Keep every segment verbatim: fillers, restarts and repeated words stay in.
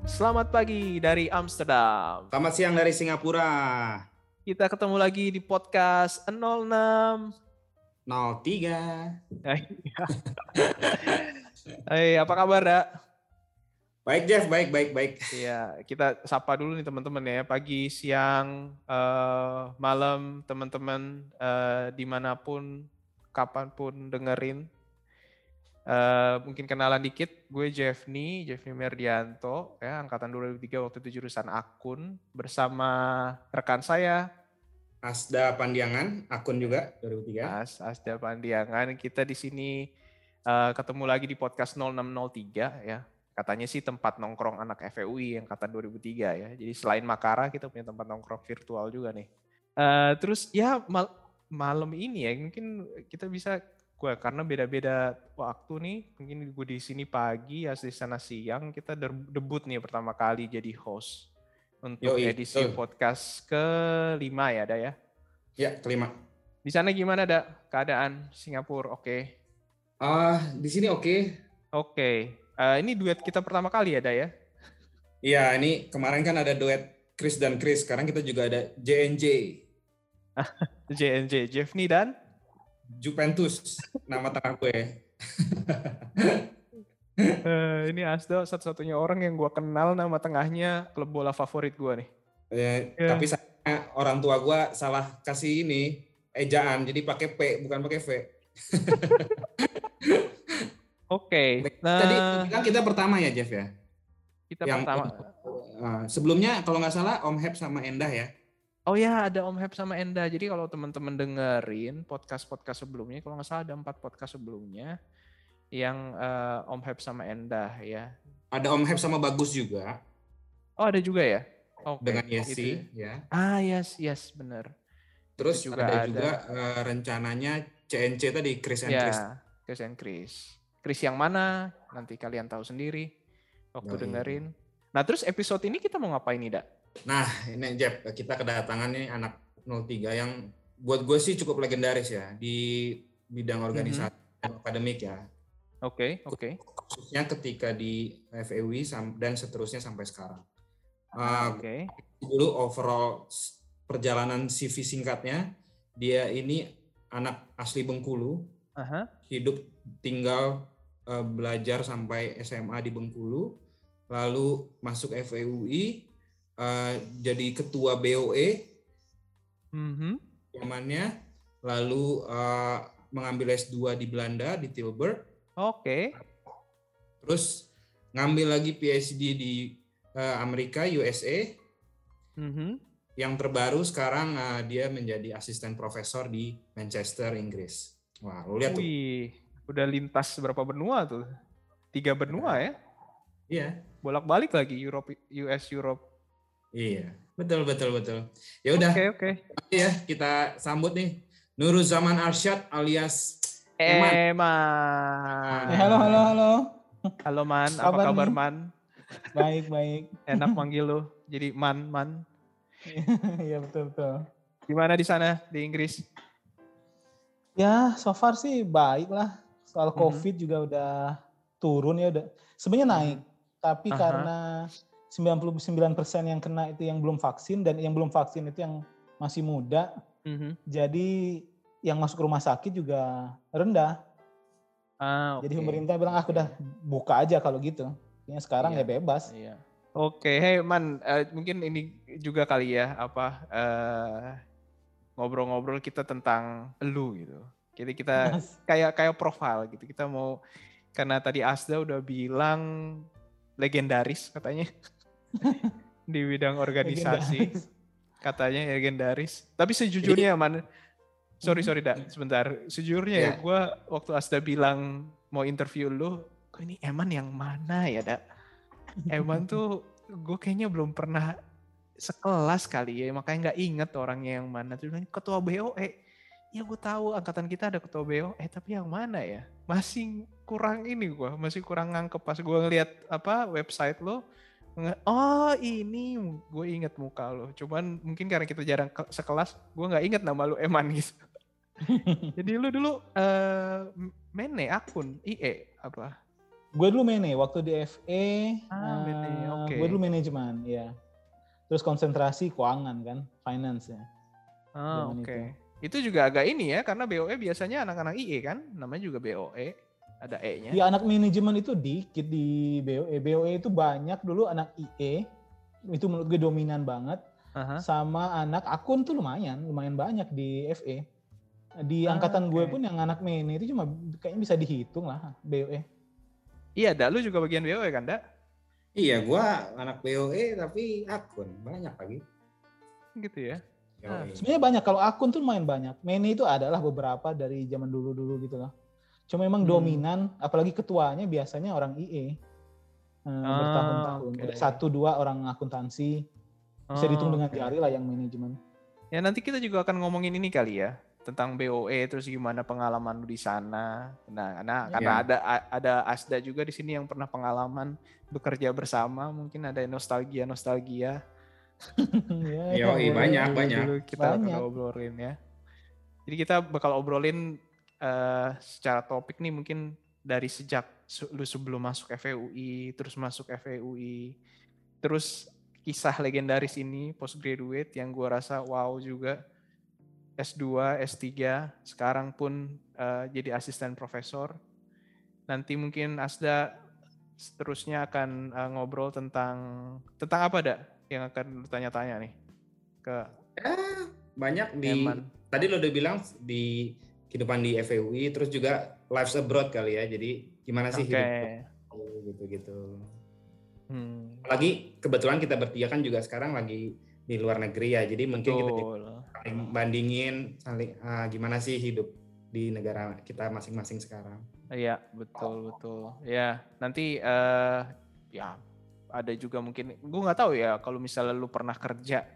Selamat pagi dari Amsterdam. Selamat siang dari Singapura. Kita ketemu lagi di podcast nol enam nol tiga. Hai, apa kabar, Dak? Baik, Jeff. Baik, baik, baik. Iya, kita sapa dulu nih teman-teman ya. Pagi, siang, uh, malam, teman-teman uh, dimanapun, kapanpun dengerin. Uh, mungkin kenalan dikit, gue Jeffny, Jeffny Merdianto, ya, angkatan dua ribu tiga waktu itu jurusan akun, bersama rekan saya, Asda Pandiangan, akun juga dua ribu tiga. As, Asda Pandiangan. Kita di sini uh, ketemu lagi di podcast nol enam nol tiga ya. Katanya sih tempat nongkrong anak F E U I angkatan dua ribu tiga ya. Jadi selain Makara kita punya tempat nongkrong virtual juga nih. Uh, terus ya mal- malam ini ya mungkin kita bisa gue karena beda-beda waktu nih. Mungkin gue di sini pagi, As di sana siang. Kita debut nih pertama kali jadi host untuk Yoi, edisi betul. podcast kelima ya, Da ya. Ya, kelima. Di sana gimana, Da? Keadaan Singapura oke? Okay? Ah, di sini oke. Okay. Oke. Okay. Uh, ini duet kita pertama kali ya, Da ya? Iya, ini kemarin kan ada duet Chris dan Chris. Sekarang kita juga ada J N J. J N J, Jeffny dan? Juventus, nama tengah gue. uh, ini Asda satu-satunya orang yang gue kenal nama tengahnya klub bola favorit gue nih. Eh, yeah. Tapi saya, orang tua gue salah kasih ini ejaan, jadi pakai P bukan pakai V. Oke. Okay. Nah, tadi bilang kita pertama ya, Jeff ya. Kita yang, pertama. Uh, sebelumnya kalau nggak salah Om Heb sama Endah ya. Oh ya, ada Om Heb sama Endah. Jadi kalau teman-teman dengerin podcast-podcast sebelumnya, kalau nggak salah ada empat podcast sebelumnya yang uh, Om Heb sama Endah ya. Ada Om Heb sama Bagus juga. Oh ada juga ya? Okay. Dengan Yesi ya. Ah yes, yes benar. Terus juga ada, ada juga uh, rencananya C N C tadi, Chris and ya, Chris. Chris and Chris. Chris yang mana? Nanti kalian tahu sendiri waktu oh, dengerin. Iya. Nah terus episode ini kita mau ngapain nih, Da? Nah ini Jeff, kita kedatangan nih anak nol tiga yang buat gue sih cukup legendaris ya di bidang organisasi mm-hmm. dan akademik ya. Oke, okay, oke. Okay. Khususnya ketika di F E U I dan seterusnya sampai sekarang. Uh, oke. Okay. Dulu overall perjalanan C V singkatnya, dia ini anak asli Bengkulu, uh-huh. hidup tinggal uh, belajar sampai S M A di Bengkulu, lalu masuk F E U I, uh, jadi ketua B O E, mm-hmm. zamannya, lalu uh, mengambil S dua di Belanda di Tilburg. Oke. Okay. Terus ngambil lagi P H D di uh, Amerika U S A. Mm-hmm. Yang terbaru sekarang uh, dia menjadi asisten profesor di Manchester, Inggris. Wah, lu lihat tuh. Wih, udah lintas berapa benua tuh? Tiga benua ya? Iya. Bolak-balik lagi Europe, U S, Europe. Iya, betul betul betul. Ya udah. Oke okay, oke. Okay. Ya kita sambut nih Nuruzaman Arsyad alias Eman. Eman. Eh, halo halo halo. Halo Man, apa kabar, kabar Man? Baik baik. Enak manggil lo, jadi Man Man. Iya betul betul. Gimana di sana di Inggris? Ya so far sih baik lah. Soal COVID mm-hmm. juga udah turun ya udah. Sebenarnya naik, mm-hmm. tapi uh-huh. karena sembilan puluh sembilan persen yang kena itu yang belum vaksin dan yang belum vaksin itu yang masih muda. Mm-hmm. Jadi yang masuk rumah sakit juga rendah. Ah, okay. Jadi pemerintah bilang ah udah buka aja kalau gitu. Ya sekarang iya, ya bebas. Iya. Oke, okay. Hey Man, uh, mungkin ini juga kali ya apa uh, ngobrol-ngobrol kita tentang elu gitu. Jadi kita Mas. kayak kayak profil gitu. Kita mau karena tadi Asda udah bilang legendaris katanya di bidang organisasi. Legendaris. Katanya legendaris. Tapi sejujurnya Man, sorry sorry dah sebentar. Sejujurnya yeah. ya gue waktu Asda bilang mau interview lu, kok ini Eman yang mana ya dak? Eman tuh gue kayaknya belum pernah sekelas kali ya, makanya nggak inget orangnya yang mana. Terus ketua B O E, ya gue tahu angkatan kita ada ketua B O E, tapi yang mana ya? Masih kurang ini gue, masih kurang ngangkep pas gue ngeliat apa website lo. Oh ini gue inget muka lo, cuman mungkin karena kita jarang sekelas, gue nggak inget nama lo Eman gitu. Jadi lu dulu uh, main nih akun I E apa? Gue dulu mene waktu di F E. Ah, mene, uh, oke. Gue dulu manajemen, ya. Terus konsentrasi keuangan kan, finance ya. Ah, oke. Okay. Itu. itu juga agak ini ya, karena B O E biasanya anak-anak I E kan, namanya juga B O E, ada E-nya. Ya anak manajemen itu dikit di B O E. B O E itu banyak dulu anak I E, itu menurut gue dominan banget. Uh-huh. Sama anak akun tuh lumayan, lumayan banyak di F E. Di ah, angkatan okay. gue pun yang anak mene itu cuma kayaknya bisa dihitung lah B O E. Iya, Dak, lu juga bagian B O E kan, Dak? Iya, gue anak B O E tapi akun banyak lagi. Gitu ya. Nah, sebenarnya banyak, kalau akun tuh lumayan banyak. Mene itu adalah beberapa dari zaman dulu-dulu gitu loh. Cuma memang hmm. dominan, apalagi ketuanya biasanya orang I E. Hmm, ah, bertahun-tahun. Okay. Udah satu dua orang akuntansi. Bisa oh, dihitung dengan okay. jari lah yang manajemen. Ya nanti kita juga akan ngomongin ini kali ya. Tentang B O E, terus gimana pengalaman lu di sana. Nah, nah ya. Karena ada ada Asda juga di sini yang pernah pengalaman bekerja bersama. Mungkin ada nostalgia-nostalgia. ya, ya, ya banyak, dulu, banyak. Dulu kita banyak. Bakal obrolin ya. Jadi kita bakal obrolin uh, secara topik nih mungkin dari sejak lu sebelum masuk F E U I, terus masuk F E U I, terus kisah legendaris ini postgraduate yang gue rasa wow juga, S dua, S tiga, sekarang pun uh, jadi asisten profesor. Nanti mungkin Asda seterusnya akan uh, ngobrol tentang tentang apa dah yang akan lu tanya-tanya nih ke ya, banyak di Eman. Tadi lo udah bilang di kehidupan di F E U I, terus juga lives abroad kali ya, jadi gimana sih okay. hidup gitu-gitu. Hmm. Apalagi kebetulan kita bertiga kan juga sekarang lagi di luar negeri ya, jadi mungkin Betul. kita saling bandingin saling uh, gimana sih hidup di negara kita masing-masing sekarang. Iya, betul oh. betul. Ya, nanti uh, ya ada juga mungkin, gue nggak tahu ya kalau misalnya lu pernah kerja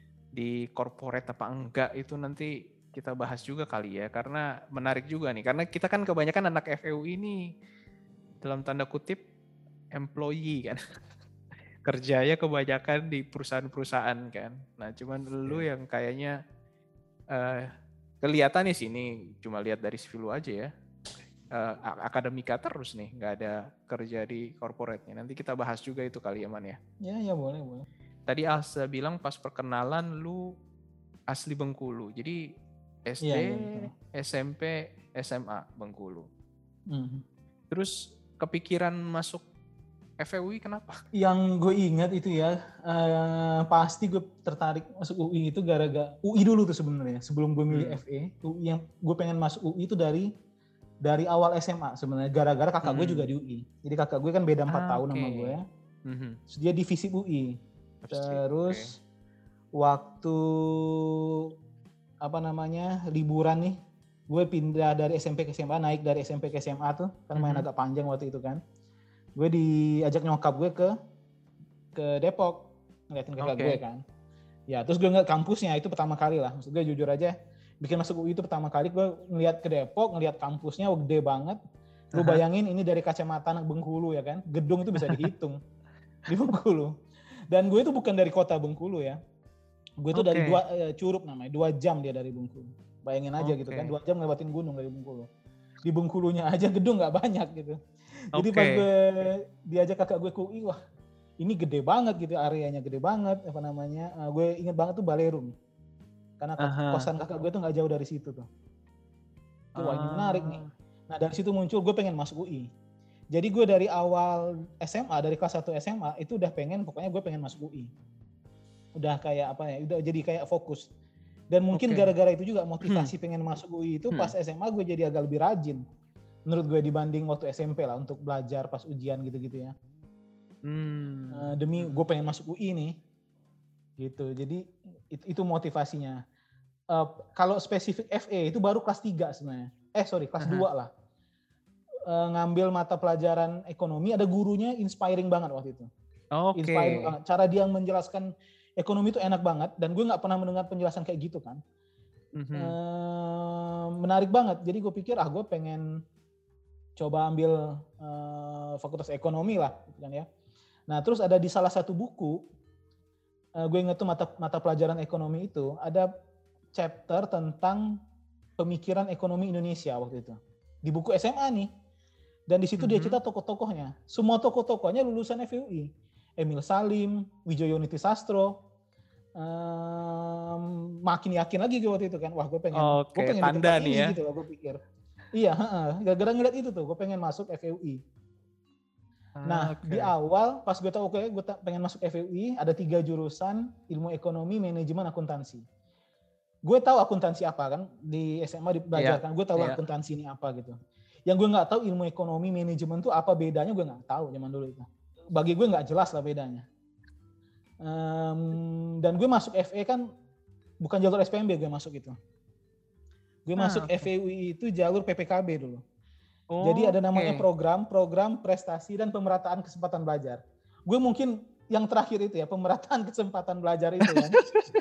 di corporate apa enggak, itu nanti kita bahas juga kali ya, karena menarik juga nih, karena kita kan kebanyakan anak F E U I ini dalam tanda kutip employee kan, kerjanya kebanyakan di perusahaan-perusahaan kan. Nah cuman yeah. lu yang kayaknya uh, kelihatan nih sini cuma lihat dari C V lu aja ya, uh, akademika terus nih, nggak ada kerja di corporate-nya. Nanti kita bahas juga itu kali ya Man ya. Ya ya boleh boleh. Tadi Alsa bilang pas perkenalan lu asli Bengkulu, jadi S D, ya, ya, S M P, S M A Bengkulu. Mm-hmm. Terus kepikiran masuk F E U I kenapa? Yang gue ingat itu ya, uh, pasti gue tertarik masuk U I itu gara-gara U I dulu tuh sebenarnya. Sebelum gue milih hmm. F E, U I yang gue pengen masuk U I itu dari dari awal S M A sebenarnya. Gara-gara kakak hmm. gue juga di U I. Jadi kakak gue kan beda empat ah, tahun okay. sama gue. Mm-hmm. Dia divisi U I. Terus okay. waktu apa namanya liburan nih, gue pindah dari S M P ke S M A, naik dari S M P ke S M A tuh, kan main mm-hmm. agak panjang waktu itu kan. Gue diajak nyokap gue ke ke Depok ngeliatin kakak okay. gue kan. Ya terus gue ngeliat kampusnya itu pertama kali lah. Maksud gue jujur aja bikin masuk U I itu pertama kali gue ngeliat ke Depok, ngeliat kampusnya gede banget. Lu bayangin ini dari kacamata anak Bengkulu ya kan. Gedung itu bisa dihitung di Bengkulu. Dan gue itu bukan dari kota Bengkulu ya. Gue tuh okay. dari dua uh, Curup namanya, dua jam dia dari Bengkulu. Bayangin aja okay. gitu kan, dua jam ngelewatin gunung dari Bengkulu. Di Bengkulunya aja gedung nggak banyak gitu. Jadi okay. pas gue diajak kakak gue ke U I, wah ini gede banget gitu, areanya gede banget, apa namanya, uh, gue inget banget tuh Balerum. Karena uh-huh. kosan kakak gue tuh gak jauh dari situ tuh. Tuh, wah ini menarik nih. Nah dari situ muncul, gue pengen masuk U I. Jadi gue dari awal S M A, dari kelas satu S M A, itu udah pengen, pokoknya gue pengen masuk U I. Udah kayak apa ya, udah jadi kayak fokus. Dan mungkin okay. gara-gara itu juga motivasi hmm. pengen masuk U I itu, pas hmm. S M A gue jadi agak lebih rajin. Menurut gue dibanding waktu S M P lah untuk belajar pas ujian gitu-gitu ya. Hmm. Uh, demi gue pengen masuk U I nih. Gitu. Jadi itu, itu motivasinya. Uh, kalau spesifik F E itu baru kelas tiga sebenarnya. Eh sorry kelas uh-huh. dua lah. Uh, ngambil mata pelajaran ekonomi, ada gurunya inspiring banget waktu itu. Oke. Okay. Inspiring banget. Cara dia menjelaskan ekonomi itu enak banget dan gue nggak pernah mendengar penjelasan kayak gitu kan. Uh-huh. Uh, menarik banget. Jadi gue pikir ah gue pengen coba ambil uh, fakultas ekonomi lah, gitu kan ya. Nah terus ada di salah satu buku, uh, gue ingat tuh mata mata pelajaran ekonomi itu ada chapter tentang pemikiran ekonomi Indonesia waktu itu di buku S M A nih. Dan di situ Mhm. dia cerita tokoh-tokohnya. Semua tokoh-tokohnya lulusan F E U I. Emil Salim, Wijoyo Nitisastro. Um, makin yakin lagi gue waktu itu kan, wah gue pengen, gue Oke, pengen di tanda tempat nih ini ya. gitu loh, gue pikir. Iya, heeh. Gara-gara ngeliat itu tuh, gue pengen masuk F E U I. Nah, Oke. di awal pas gue tahu oke, okay, gue pengen masuk F E U I, ada tiga jurusan, ilmu ekonomi, manajemen, akuntansi. Gue tahu akuntansi apa kan, di S M A belajar Iya, kan, gue tahu iya. akuntansi ini apa gitu. Yang gue nggak tahu ilmu ekonomi, manajemen tuh apa bedanya, gue nggak tahu zaman dulu itu. Bagi gue nggak jelas lah bedanya. Um, dan gue masuk F E kan bukan jalur S P M B gue masuk itu. Gue Ah, masuk oke. F E U I itu jalur P P K B dulu. Oh, Jadi ada namanya oke. program, program prestasi dan pemerataan kesempatan belajar. Gue mungkin yang terakhir itu ya, pemerataan kesempatan belajar itu kan.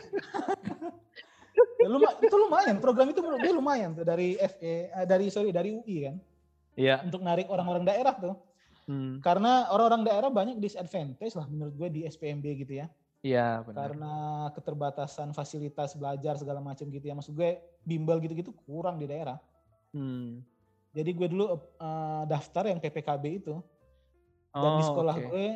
Ya, luma, itu lumayan, program itu menurut gue lumayan tuh dari F E, eh, dari sorry dari U I kan. Iya. Untuk narik orang-orang daerah tuh. Hmm. Karena orang-orang daerah banyak disadvantage lah menurut gue di S P M B gitu ya. Iya, benar. Karena keterbatasan fasilitas belajar segala macam gitu ya. Maksud gue bimbel gitu-gitu kurang di daerah. Hmm. Jadi gue dulu uh, daftar yang P P K B itu. Dan Oh, di sekolah oke. gue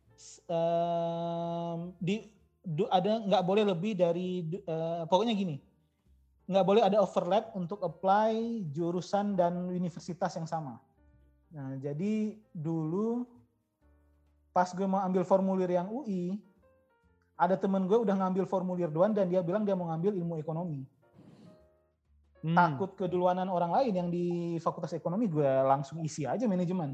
um, di du, ada nggak boleh lebih dari uh, pokoknya gini. Nggak boleh ada overlap untuk apply jurusan dan universitas yang sama. Nah, jadi dulu pas gue mau ambil formulir yang U I, ada temen gue udah ngambil formulir duluan dan dia bilang dia mau ngambil ilmu ekonomi. Hmm. Takut keduluanan orang lain yang di fakultas ekonomi, gue langsung isi aja manajemen.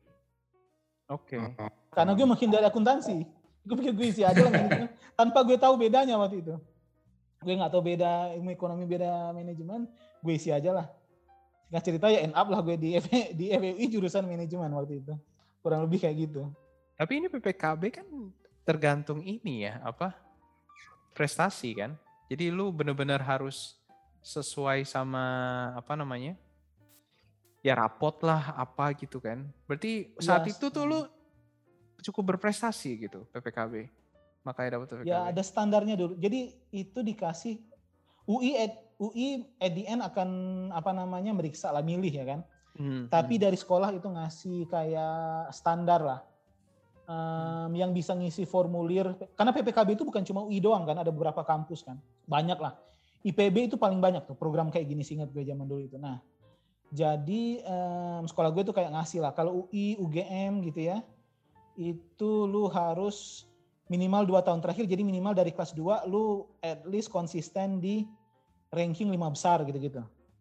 Oke. Okay. Karena gue menghindari akuntansi. Gue pikir gue isi aja lah manajemen. Tanpa gue tahu bedanya waktu itu. Gue gak tahu beda ilmu ekonomi, beda manajemen, gue isi aja lah. Singkat cerita ya end up lah gue di F, di F E U I jurusan manajemen waktu itu. Kurang lebih kayak gitu. Tapi ini P P K B kan tergantung ini ya, apa? Prestasi kan. Jadi lu bener-bener harus sesuai sama apa namanya? Ya rapot lah apa gitu kan. Berarti saat yes. itu tuh lu cukup berprestasi gitu P P K B. Makanya dapat P P K B. Ya ada standarnya dulu. Jadi itu dikasih U I at, U I at the end akan apa namanya meriksa lah, milih ya kan. Hmm, Tapi hmm. dari sekolah itu ngasih kayak standar lah. Um, hmm. Yang bisa ngisi formulir. Karena P P K B itu bukan cuma U I doang kan, ada beberapa kampus kan. Banyak lah. I P B itu paling banyak tuh program kayak gini, seingat gue zaman dulu itu. Nah, jadi um, sekolah gue tuh kayak ngasih lah. Kalau U I, U G M gitu ya, itu lu harus minimal dua tahun terakhir, jadi minimal dari kelas dua lu at least konsisten di ranking lima besar gitu-gitu.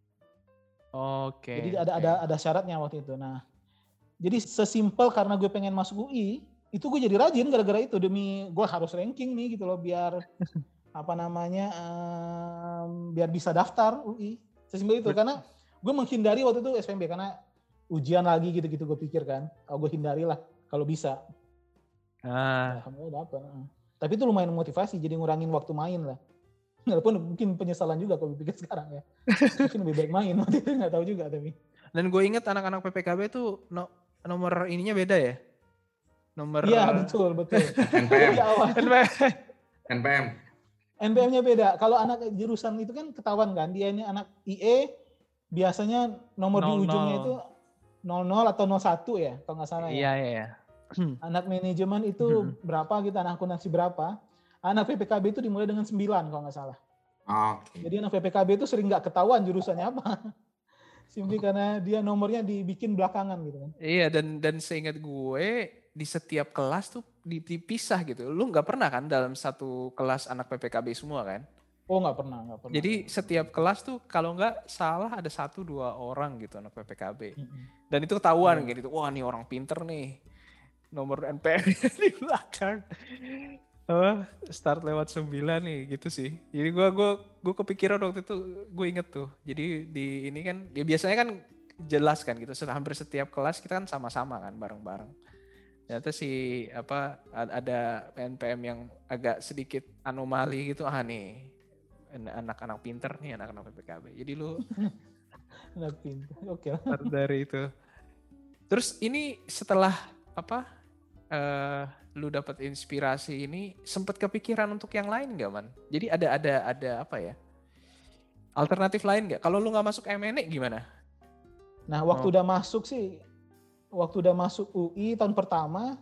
Oke. Okay, jadi ada okay. ada ada syaratnya waktu itu. Nah, jadi sesimpel karena gue pengen masuk U I, itu gue jadi rajin gara-gara itu, demi gue harus ranking nih gitu loh, biar apa namanya um, biar bisa daftar U I. Sesimpel itu. Betul. Karena gue menghindari waktu itu S P M B karena ujian lagi gitu-gitu, gue pikir kan, oh, gue hindari lah kalau bisa. Ah. Alhamdulillah dapat. Tapi itu lumayan motivasi, jadi ngurangin waktu main lah. Walaupun mungkin penyesalan juga kalau pikir sekarang ya. Mungkin lebih baik main, waktu itu nggak tahu juga tapi. Dan gue ingat anak-anak P P K B tuh no, nomor ininya beda ya? Nomor. Iya betul betul. N P M. N P M. N P M. N P M-nya beda. Kalau anak jurusan itu kan ketahuan kan, dia ini anak I E biasanya nomor nol nol. Di ujungnya itu nol nol atau nol satu ya, kalau nggak salah ya. Iya iya. iya. Anak manajemen itu hmm. berapa gitu, anak akuntansi berapa. Anak P P K B itu dimulai dengan sembilan kalau nggak salah. Okay. Jadi anak P P K B itu sering nggak ketahuan jurusannya apa. Simply karena dia nomornya dibikin belakangan gitu kan. Iya, dan dan seingat gue di setiap kelas tuh dipisah gitu. Lu nggak pernah kan dalam satu kelas anak P P K B semua kan? Oh nggak pernah, nggak pernah. Jadi setiap kelas tuh kalau nggak salah ada satu dua orang gitu anak P P K B. Mm-hmm. Dan itu ketahuan mm-hmm. gitu. Wah nih orang pinter nih. Nomor N P M di belakang. Oh, start lewat sembilan nih gitu sih. Jadi gue gue gue kepikiran waktu itu, gue inget tuh. Jadi di ini kan ya biasanya kan jelas kan gitu. Hampir setiap kelas kita kan sama-sama kan bareng-bareng. Ternyata si apa ada N P M yang agak sedikit anomali gitu. Ah nih anak-anak pinter nih, anak-anak P P K B. Jadi lu anak pinter. Oke. Okay. Dari itu. Terus ini setelah apa? Uh, lu dapat inspirasi ini, sempat kepikiran untuk yang lain nggak man? Jadi ada ada ada apa ya? Alternatif lain nggak? Kalau lu nggak masuk M N E gimana? Nah waktu oh. udah masuk sih, waktu udah masuk U I tahun pertama,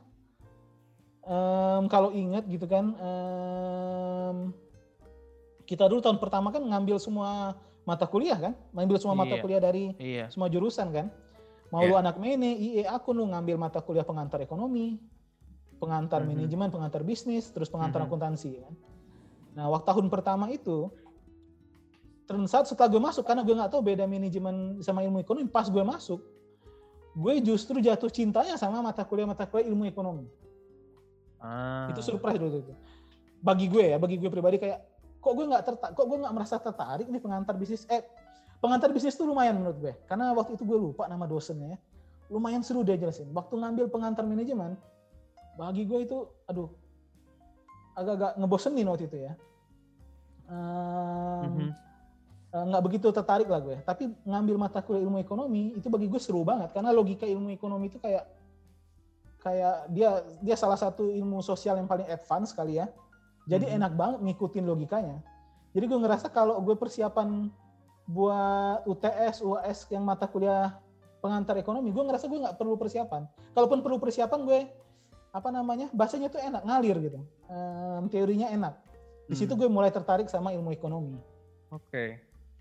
um, kalau ingat gitu kan, um, kita dulu tahun pertama kan ngambil semua mata kuliah kan, ngambil semua mata Iya. kuliah dari Iya. semua jurusan kan. Mau Iya. lu anak mene, I E aku lu ngambil mata kuliah pengantar ekonomi, pengantar Mhm. manajemen, pengantar bisnis, terus pengantar Mhm. akuntansi kan. Nah, waktu tahun pertama itu, turns out setelah gue masuk, karena gue nggak tahu beda manajemen sama ilmu ekonomi, pas gue masuk, gue justru jatuh cintanya sama mata kuliah-mata kuliah ilmu ekonomi. Ah. Itu surprise dulu itu. Bagi gue ya, bagi gue pribadi kayak, kok gue nggak tertarik, kok gue nggak merasa tertarik nih pengantar bisnis. Eh, pengantar bisnis itu lumayan menurut gue, karena waktu itu gue lupa nama dosennya ya. Lumayan seru dia jelasin. Waktu ngambil pengantar manajemen, bagi gue itu, aduh, agak-agak ngebosenin waktu itu ya. Um, Mhm. nggak begitu tertarik lah gue. Tapi ngambil mata kuliah ilmu ekonomi itu bagi gue seru banget, karena logika ilmu ekonomi itu kayak kayak dia dia salah satu ilmu sosial yang paling advance kali ya. Jadi Mhm. enak banget ngikutin logikanya. Jadi gue ngerasa kalau gue persiapan buat U T S, U A S yang mata kuliah pengantar ekonomi, gue ngerasa gue nggak perlu persiapan. Kalaupun perlu persiapan, gue apa namanya bahasanya tuh enak, ngalir gitu. Um, teorinya enak. Di situ Hmm. gue mulai tertarik sama ilmu ekonomi. Oke.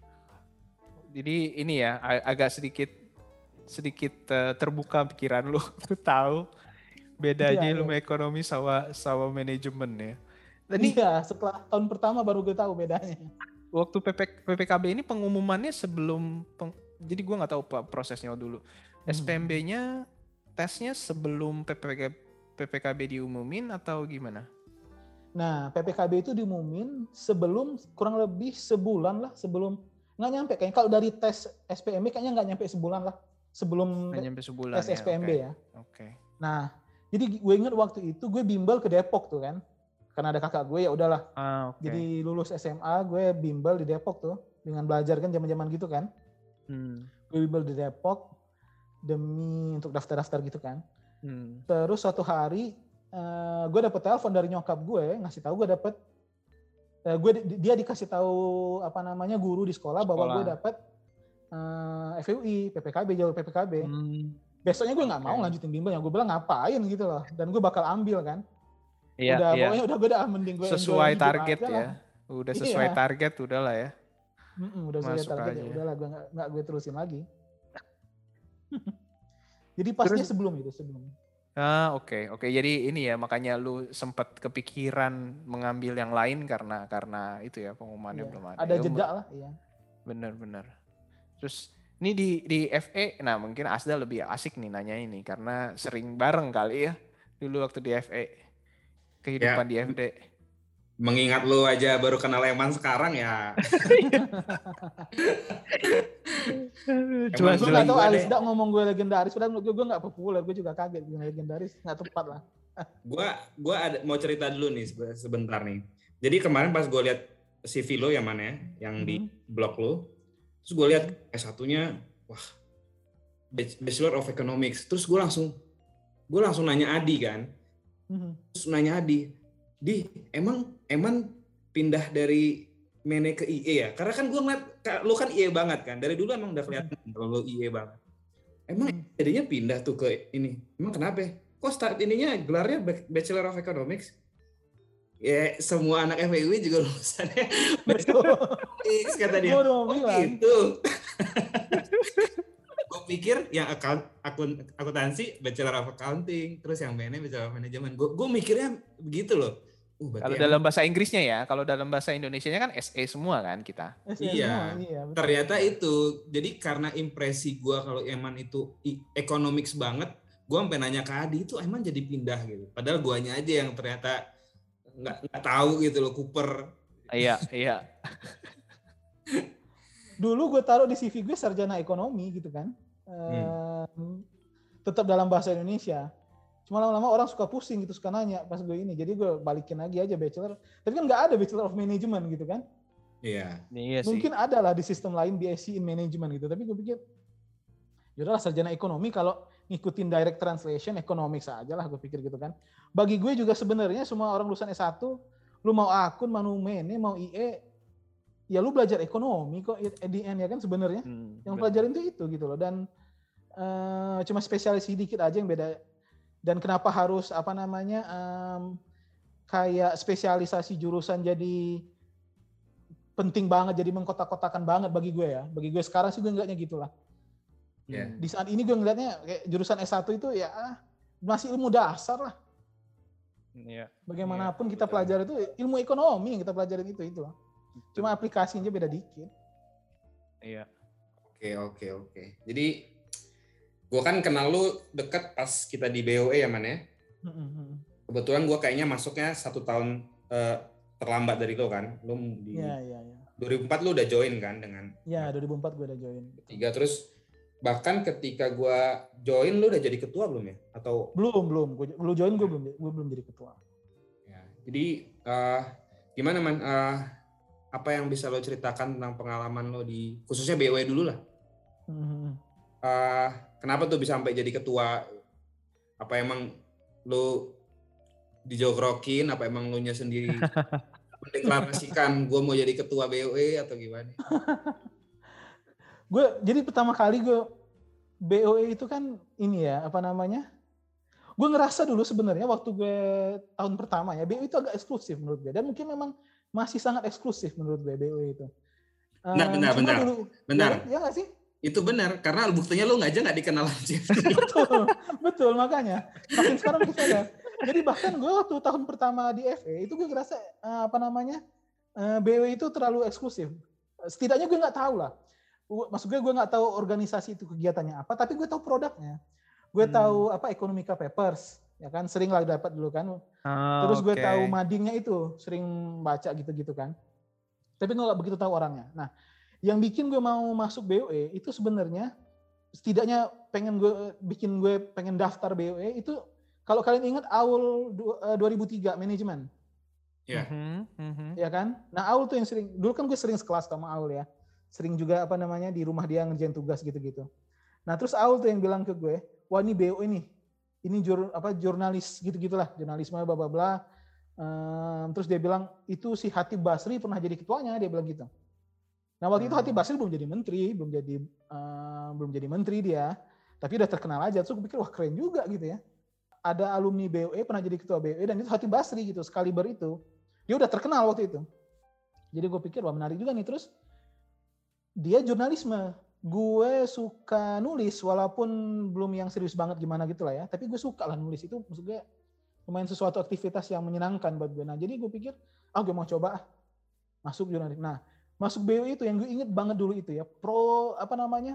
Jadi ini ya ag- agak sedikit sedikit uh, terbuka pikiran lu, lu tahu bedanya Iya, ilmu iya. ekonomi sama sama manajemen ya. Dan ini Iya, setelah tahun pertama baru gue tahu bedanya. waktu P P, P P K B ini pengumumannya sebelum peng, jadi gue nggak tahu Pak, prosesnya dulu. S P M B-nya tesnya sebelum P P K, P P K B diumumin atau gimana? Nah, P P K B itu diumumin sebelum kurang lebih sebulan lah sebelum, nggak nyampe kayaknya. Kalau dari tes S P M B kayaknya nggak nyampe sebulan lah sebelum Nggak nyampe sebulan tes ya. S P M B Oke. ya. Oke. Nah, jadi gue inget waktu itu gue bimbel ke Depok tuh kan, karena ada kakak gue ya udahlah. Ah, oke. Jadi lulus S M A gue bimbel di Depok tuh dengan belajar kan zaman-zaman gitu kan. Hmm. Gue bimbel di Depok demi untuk daftar-daftar gitu kan. Hmm. Terus suatu hari uh, gue dapet telepon dari nyokap gue ngasih tahu gue dapet uh, gue dia dikasih tahu apa namanya guru di sekolah, sekolah. bahwa gue dapet uh, F U I P P K B, jalur P P K B. Hmm. Besoknya gue nggak okay. mau lanjutin bimbelnya, gue bilang ngapain gitu loh, dan gue bakal ambil kan. Iya, udah iya. pokoknya udah gue udah mending gue sesuai target ya, lah. udah sesuai iya. target udah lah ya. Mm-mm, udah sesuai Masuk target aja. Ya udahlah gue nggak nggak gue terusin lagi. Jadi pasnya Terus, sebelum itu sebelum. Ah oke okay, oke okay. Jadi ini ya makanya lu sempat kepikiran mengambil yang lain karena karena itu ya pengumumannya iya, belum ada. Ada jeda lah, iya. Bener-bener. Terus ini di di F E, nah mungkin Asda lebih asik nih nanya ini karena sering bareng kali ya dulu waktu di F E, kehidupan ya, di F D. Mengingat lu aja baru kenal Eman sekarang ya. Cuma gue nggak tahu Alisda ngomong gue legendaris, padahal gue gue nggak populer, gue juga kaget bilang legendaris, nggak tepat lah. Gue gue ada mau cerita dulu nih sebentar nih. Jadi kemarin pas gue lihat C V lo yang mana ya, yang mm-hmm. di blog lo. Terus gue lihat S satu-nya, wah, Bachelor of Economics. Terus gue langsung, gue langsung nanya Adi kan. Mm-hmm. Terus nanya Adi, Di, emang emang pindah dari Mene ke I E ya? Karena kan gue ngeliat, lo kan I E banget kan. Dari dulu emang udah kelihatan mm-hmm. kalau lo I E banget. Emang mm-hmm. jadinya pindah tuh ke ini. Emang kenapa? Kok start ininya gelarnya Bachelor of Economics? Ya semua anak F E U I juga lulusannya betul. X kata dia. Oh gitu. Gue pikir yang account, akun, akuntansi Bachelor of Accounting, terus yang Mene Bachelor of Management. Gue gue mikirnya begitu loh. Uh, kalau dalam bahasa Inggrisnya ya, kalau dalam bahasa Indonesianya kan S E semua kan kita. Iya. iya ternyata itu. Jadi karena impresi gue kalau Eman itu economics banget, gue sampai nanya ke Adi itu Eman jadi pindah gitu. Padahal guanya aja yang ternyata nggak nggak tahu gitu loh, Cooper. Iya iya. Dulu gue taruh di C V gue sarjana ekonomi gitu kan, hmm. um, tetap dalam bahasa Indonesia. Cuma lama-lama orang suka pusing gitu, suka nanya pas gue ini, jadi gue balikin lagi aja bachelor. Tapi kan nggak ada Bachelor of Management gitu kan? Iya. Yeah. Mungkin ada lah di sistem lain B S c in Management gitu. Tapi gue pikir, yaudahlah sarjana ekonomi kalau ngikutin direct translation economics aja lah gue pikir gitu kan. Bagi gue juga sebenarnya semua orang lulusan S satu, lu mau akun, mau Mene, mau I E, ya lu belajar ekonomi kok at the end ya kan sebenarnya. Hmm, yang pelajarin itu itu gitu loh. Dan uh, cuma spesialis sedikit aja yang beda. Dan kenapa harus apa namanya um, kayak spesialisasi jurusan jadi penting banget, jadi mengkotak-kotakan banget bagi gue ya. Bagi gue sekarang sih gue ngeliatnya gitulah. Yeah. Di saat ini gue ngeliatnya kayak jurusan S satu itu ya masih ilmu dasar lah. Yeah. Bagaimanapun yeah, kita betul. pelajari itu ilmu ekonomi yang kita pelajarin itu itu lah. Cuma aplikasinya beda dikit. Iya. Oke oke oke. Jadi gue kan kenal lu deket pas kita di B O E ya man ya. Kebetulan gue kayaknya masuknya satu tahun uh, terlambat dari lo kan. Lo di ya, ya, ya. dua ribu empat lo udah join kan dengan. Ya dua ribu empat gue udah join. Tiga terus bahkan ketika gue join lo udah jadi ketua belum ya? Atau belum belum. Gue belum join gue belum gue belum jadi ketua. Ya, jadi uh, gimana man? Uh, apa yang bisa lo ceritakan tentang pengalaman lo di khususnya B O E dulu lah? Hmm. Uh, kenapa tuh bisa sampai jadi ketua? Apa emang lo dijogrokkin? Apa emang lo nya sendiri mendeklarasikan gue mau jadi ketua B O E atau gimana? Gue jadi pertama kali gue B O E itu kan ini ya apa namanya? Gue ngerasa dulu sebenarnya waktu gue tahun pertama ya B O E itu agak eksklusif menurut gue dan mungkin memang masih sangat eksklusif menurut gue B O E itu. Benar, um, benar, benar. Dulu, benar. Ya, ya gak sih? Itu benar, karena buktinya lu aja nggak dikenal aja. betul, betul makanya. Makin sekarang kita ada. Jadi bahkan gue waktu tahun pertama di F E itu gue ngerasa uh, apa namanya uh, B O E itu terlalu eksklusif. Setidaknya gue nggak tahu lah. Maksud gue gue nggak tahu organisasi itu kegiatannya apa, tapi gue tahu produknya. Gue hmm. tahu apa Economica Papers, ya kan sering lah dapat dulu kan. Oh, Terus gue okay. tahu madingnya itu, sering baca gitu-gitu kan. Tapi gue nggak begitu tahu orangnya. Nah, yang bikin gue mau masuk B O E itu sebenarnya setidaknya pengen gue bikin gue pengen daftar B O E itu kalau kalian ingat Aul dua ribu tiga manajemen. Iya. Yeah. Mm-hmm. Ya kan? Nah, Aul tuh yang sering dulu kan gue sering sekelas sama Aul ya. Sering juga apa namanya di rumah dia ngerjain tugas gitu-gitu. Nah, terus Aul tuh yang bilang ke gue, "Wah, ini B O E nih. Ini jur, apa jurnalis gitu-gitulah, jurnalisme bla bla bla." Um, terus dia bilang, "Itu si Hatib Basri pernah jadi ketuanya," dia bilang gitu. Nah, waktu hmm. itu Hatib Basri belum jadi menteri, belum jadi uh, belum jadi menteri dia, tapi udah terkenal aja. Terus gue pikir, wah keren juga gitu ya. Ada alumni B O E pernah jadi ketua B O E dan itu Hatib Basri gitu, sekaliber itu. Dia udah terkenal waktu itu. Jadi gue pikir, wah menarik juga nih. Terus dia jurnalisme. Gue suka nulis walaupun belum yang serius banget gimana gitu lah ya. Tapi gue suka lah nulis itu, maksud gue lumayan sesuatu aktivitas yang menyenangkan buat gue. Nah jadi gue pikir, ah gue mau coba masuk jurnalis. Nah masuk B O E itu yang gue inget banget dulu itu ya. Pro apa namanya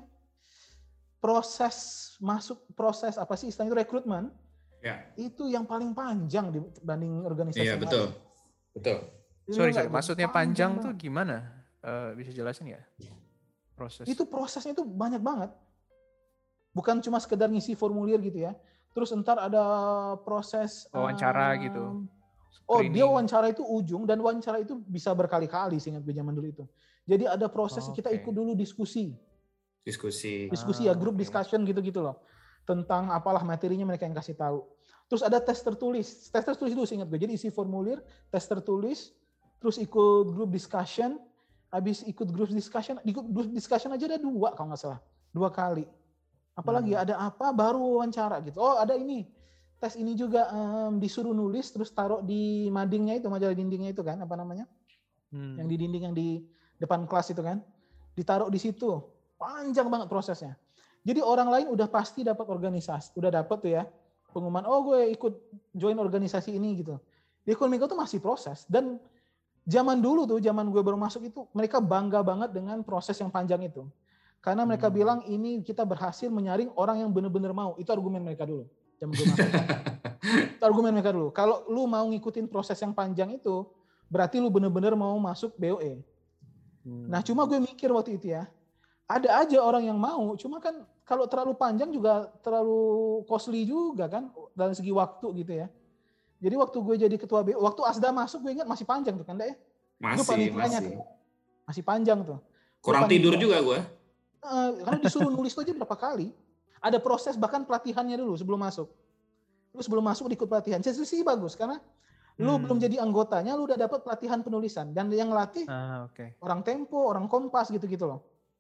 proses masuk proses apa sih istilahnya itu rekrutmen. Ya. Itu yang paling panjang dibanding organisasi. Iya betul, lain. betul. Sorry, sorry. Maksudnya panjang, panjang tuh gimana? Uh, bisa jelasin ya? Proses. Itu prosesnya itu banyak banget. Bukan cuma sekedar ngisi formulir gitu ya. Terus ntar ada proses wawancara um, gitu. Screening. Oh, dia wawancara itu ujung dan wawancara itu bisa berkali-kali seingat gue zaman dulu itu. Jadi ada proses oh, kita okay. ikut dulu diskusi. Diskusi. Diskusi ah, ya, group okay. discussion gitu-gitu loh. Tentang apalah materinya mereka yang kasih tahu. Terus ada tes tertulis. Tes tertulis itu seingat gue. Jadi isi formulir, tes tertulis, terus ikut group discussion. Habis ikut group discussion, ikut group discussion aja ada dua kalau nggak salah, dua kali. Apalagi hmm. ada apa baru wawancara gitu. Oh ada ini tes ini juga um, disuruh nulis terus taruh di madingnya itu majalah dindingnya itu kan apa namanya, hmm. yang di dinding yang di depan kelas itu kan, ditaruh di situ. Panjang banget prosesnya. Jadi orang lain udah pasti dapat organisasi, udah dapat tuh ya pengumuman. Oh gue ikut join organisasi ini gitu. Di Economica tuh masih proses dan zaman dulu tuh, zaman gue baru masuk itu, mereka bangga banget dengan proses yang panjang itu. Karena mereka hmm. bilang ini kita berhasil menyaring orang yang benar-benar mau. Itu argumen mereka dulu. Zaman gue masuk. Itu argumen mereka dulu. Kalau lu mau ngikutin proses yang panjang itu, berarti lu benar-benar mau masuk B O E. Hmm. Nah cuma gue mikir waktu itu ya, ada aja orang yang mau, cuma kan kalau terlalu panjang juga terlalu costly juga kan, dalam segi waktu gitu ya. Jadi waktu gue jadi ketua B O E, waktu Asda masuk gue ingat masih panjang tuh kan, Dek ya? Masih, masih. Tuh. Masih panjang tuh. Kurang tidur juga gue. Uh, karena disuruh nulis tuh aja berapa kali. Ada proses bahkan pelatihannya dulu sebelum masuk. Lu sebelum masuk ikut pelatihan. Jadi sih bagus karena lu hmm. belum jadi anggotanya, lu udah dapat pelatihan penulisan. Dan yang latih ah, okay. orang Tempo, orang Kompas gitu-gitu loh.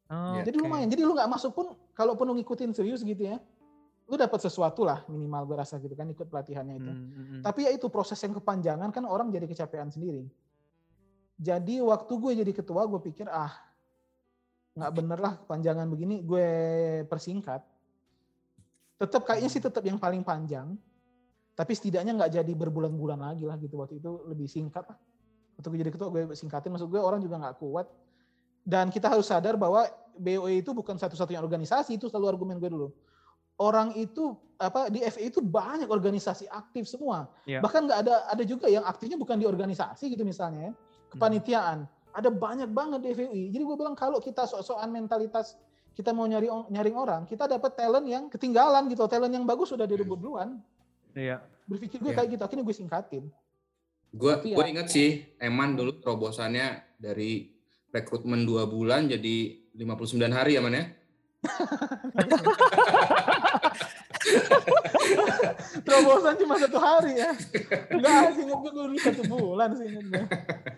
Oh, Jadi okay. lumayan. Jadi lu nggak masuk pun, kalaupun lu ngikutin serius gitu ya, lu dapat sesuatu lah minimal gue rasa gitu kan ikut pelatihannya itu. Hmm, hmm. Tapi ya itu proses yang kepanjangan kan orang jadi kecapean sendiri. Jadi waktu gue jadi ketua gue pikir ah nggak bener lah kepanjangan begini, gue persingkat. Tetap kayaknya sih tetap yang paling panjang. Tapi setidaknya nggak jadi berbulan-bulan lagi lah gitu, waktu itu lebih singkat lah. Waktu gue jadi ketua gue singkatin, maksud gue orang juga nggak kuat. Dan kita harus sadar bahwa B O E itu bukan satu-satunya organisasi, itu selalu argumen gue dulu. Orang itu apa di F I itu banyak organisasi aktif semua. Ya. Bahkan nggak ada ada juga yang aktifnya bukan di organisasi gitu misalnya ya. Kepanitiaan. Hmm. Ada banyak banget di F I. Jadi gue bilang kalau kita sok-sokan mentalitas kita mau nyari nyaring orang, kita dapat talent yang ketinggalan gitu. Talent yang bagus sudah direbut duluan. Iya. Berpikir gue ya. Kayak gitu, akhirnya gue singkatin. Gue gue ya. Ingat sih, Eman dulu terobosannya dari rekrutmen dua bulan jadi lima puluh sembilan hari ya Man ya? Terobosan cuma satu hari ya. Enggak, ingat gue dulu satu bulan sih ingat gue.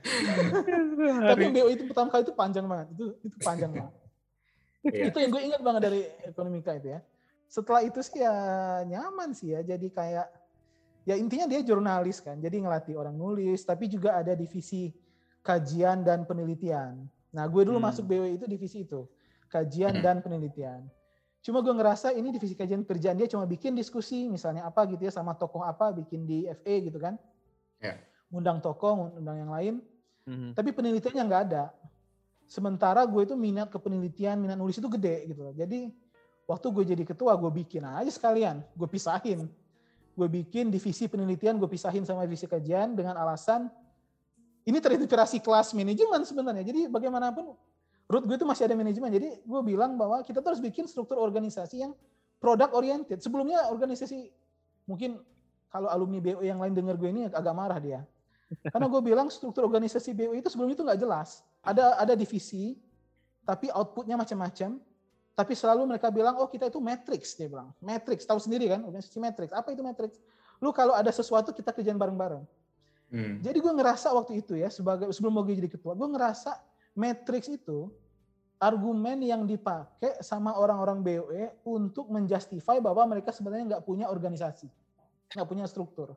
Tapi B O I itu pertama kali itu panjang banget. Itu itu panjang banget. Ya. Itu yang gue ingat banget dari Ekonomika itu ya. Setelah itu sih ya nyaman sih ya. Jadi kayak ya intinya dia jurnalis kan. Jadi ngelatih orang nulis, tapi juga ada divisi kajian dan penelitian. Nah, gue dulu hmm. masuk B O I itu divisi itu, kajian hmm. dan penelitian. Cuma gue ngerasa ini divisi kajian kerjaan dia cuma bikin diskusi, misalnya apa gitu ya, sama tokoh apa, bikin di F E gitu kan. Yeah. Undang tokoh, undang yang lain. Hmm. Tapi penelitiannya nggak ada. Sementara gue itu minat ke penelitian, minat nulis itu gede gitu. Jadi waktu gue jadi ketua, gue bikin aja sekalian, gue pisahin. Gue bikin divisi penelitian, gue pisahin sama divisi kajian dengan alasan ini terinspirasi kelas manajemen sebenarnya. Jadi bagaimanapun root gue itu masih ada manajemen. Jadi gue bilang bahwa kita terus bikin struktur organisasi yang product oriented. Sebelumnya organisasi, mungkin kalau alumni B O I yang lain dengar gue ini agak marah dia. Karena gue bilang struktur organisasi B O I itu sebelum itu nggak jelas. Ada ada divisi, tapi outputnya macam-macam. Tapi selalu mereka bilang, oh kita itu matrix, dia bilang. Matrix, tahu sendiri kan, organisasi matrix. Apa itu matrix? Lu kalau ada sesuatu kita kerjain bareng-bareng. Hmm. Jadi gue ngerasa waktu itu ya, sebagai sebelum mau jadi ketua, gue ngerasa matrix itu argumen yang dipakai sama orang-orang B O E untuk menjustify bahwa mereka sebenarnya nggak punya organisasi, nggak punya struktur.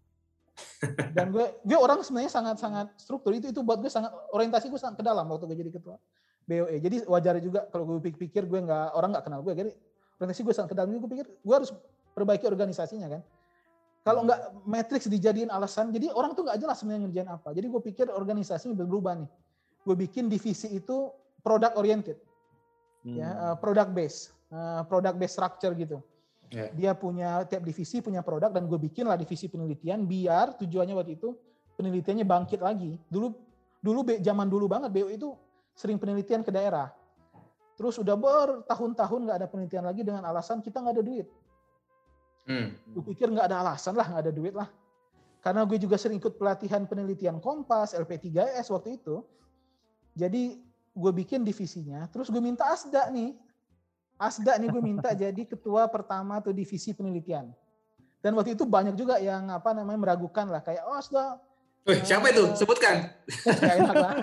Dan gue, gue orang sebenarnya sangat-sangat struktur itu itu buat gue sangat orientasi gue sangat ke dalam waktu gue jadi ketua B O E. Jadi wajar juga kalau gue pikir gue nggak orang nggak kenal gue, jadi orientasi gue sangat ke dalam. Gue pikir gue harus perbaiki organisasinya kan. Kalau nggak matrix dijadiin alasan, jadi orang tuh nggak jelas sebenarnya ngerjain apa. Jadi gue pikir organisasi berubah nih. Gue bikin divisi itu product oriented, hmm. ya uh, product based, uh, product based structure gitu. Yeah. Dia punya tiap divisi punya produk dan gue bikin lah divisi penelitian biar tujuannya waktu itu penelitiannya bangkit lagi. Dulu dulu zaman dulu banget B O I itu sering penelitian ke daerah. Terus udah bertahun-tahun nggak ada penelitian lagi dengan alasan kita nggak ada duit. Hmm. Gue pikir nggak ada alasan lah, nggak ada duit lah. Karena gue juga sering ikut pelatihan penelitian Kompas, L P tiga S waktu itu. Jadi gue bikin divisinya, terus gue minta Asda nih. Asda nih gue minta jadi ketua pertama tuh divisi penelitian. Dan waktu itu banyak juga yang apa namanya meragukan lah, kayak oh Asda. Wih, siapa uh, itu? Sebutkan. Gak enak lah.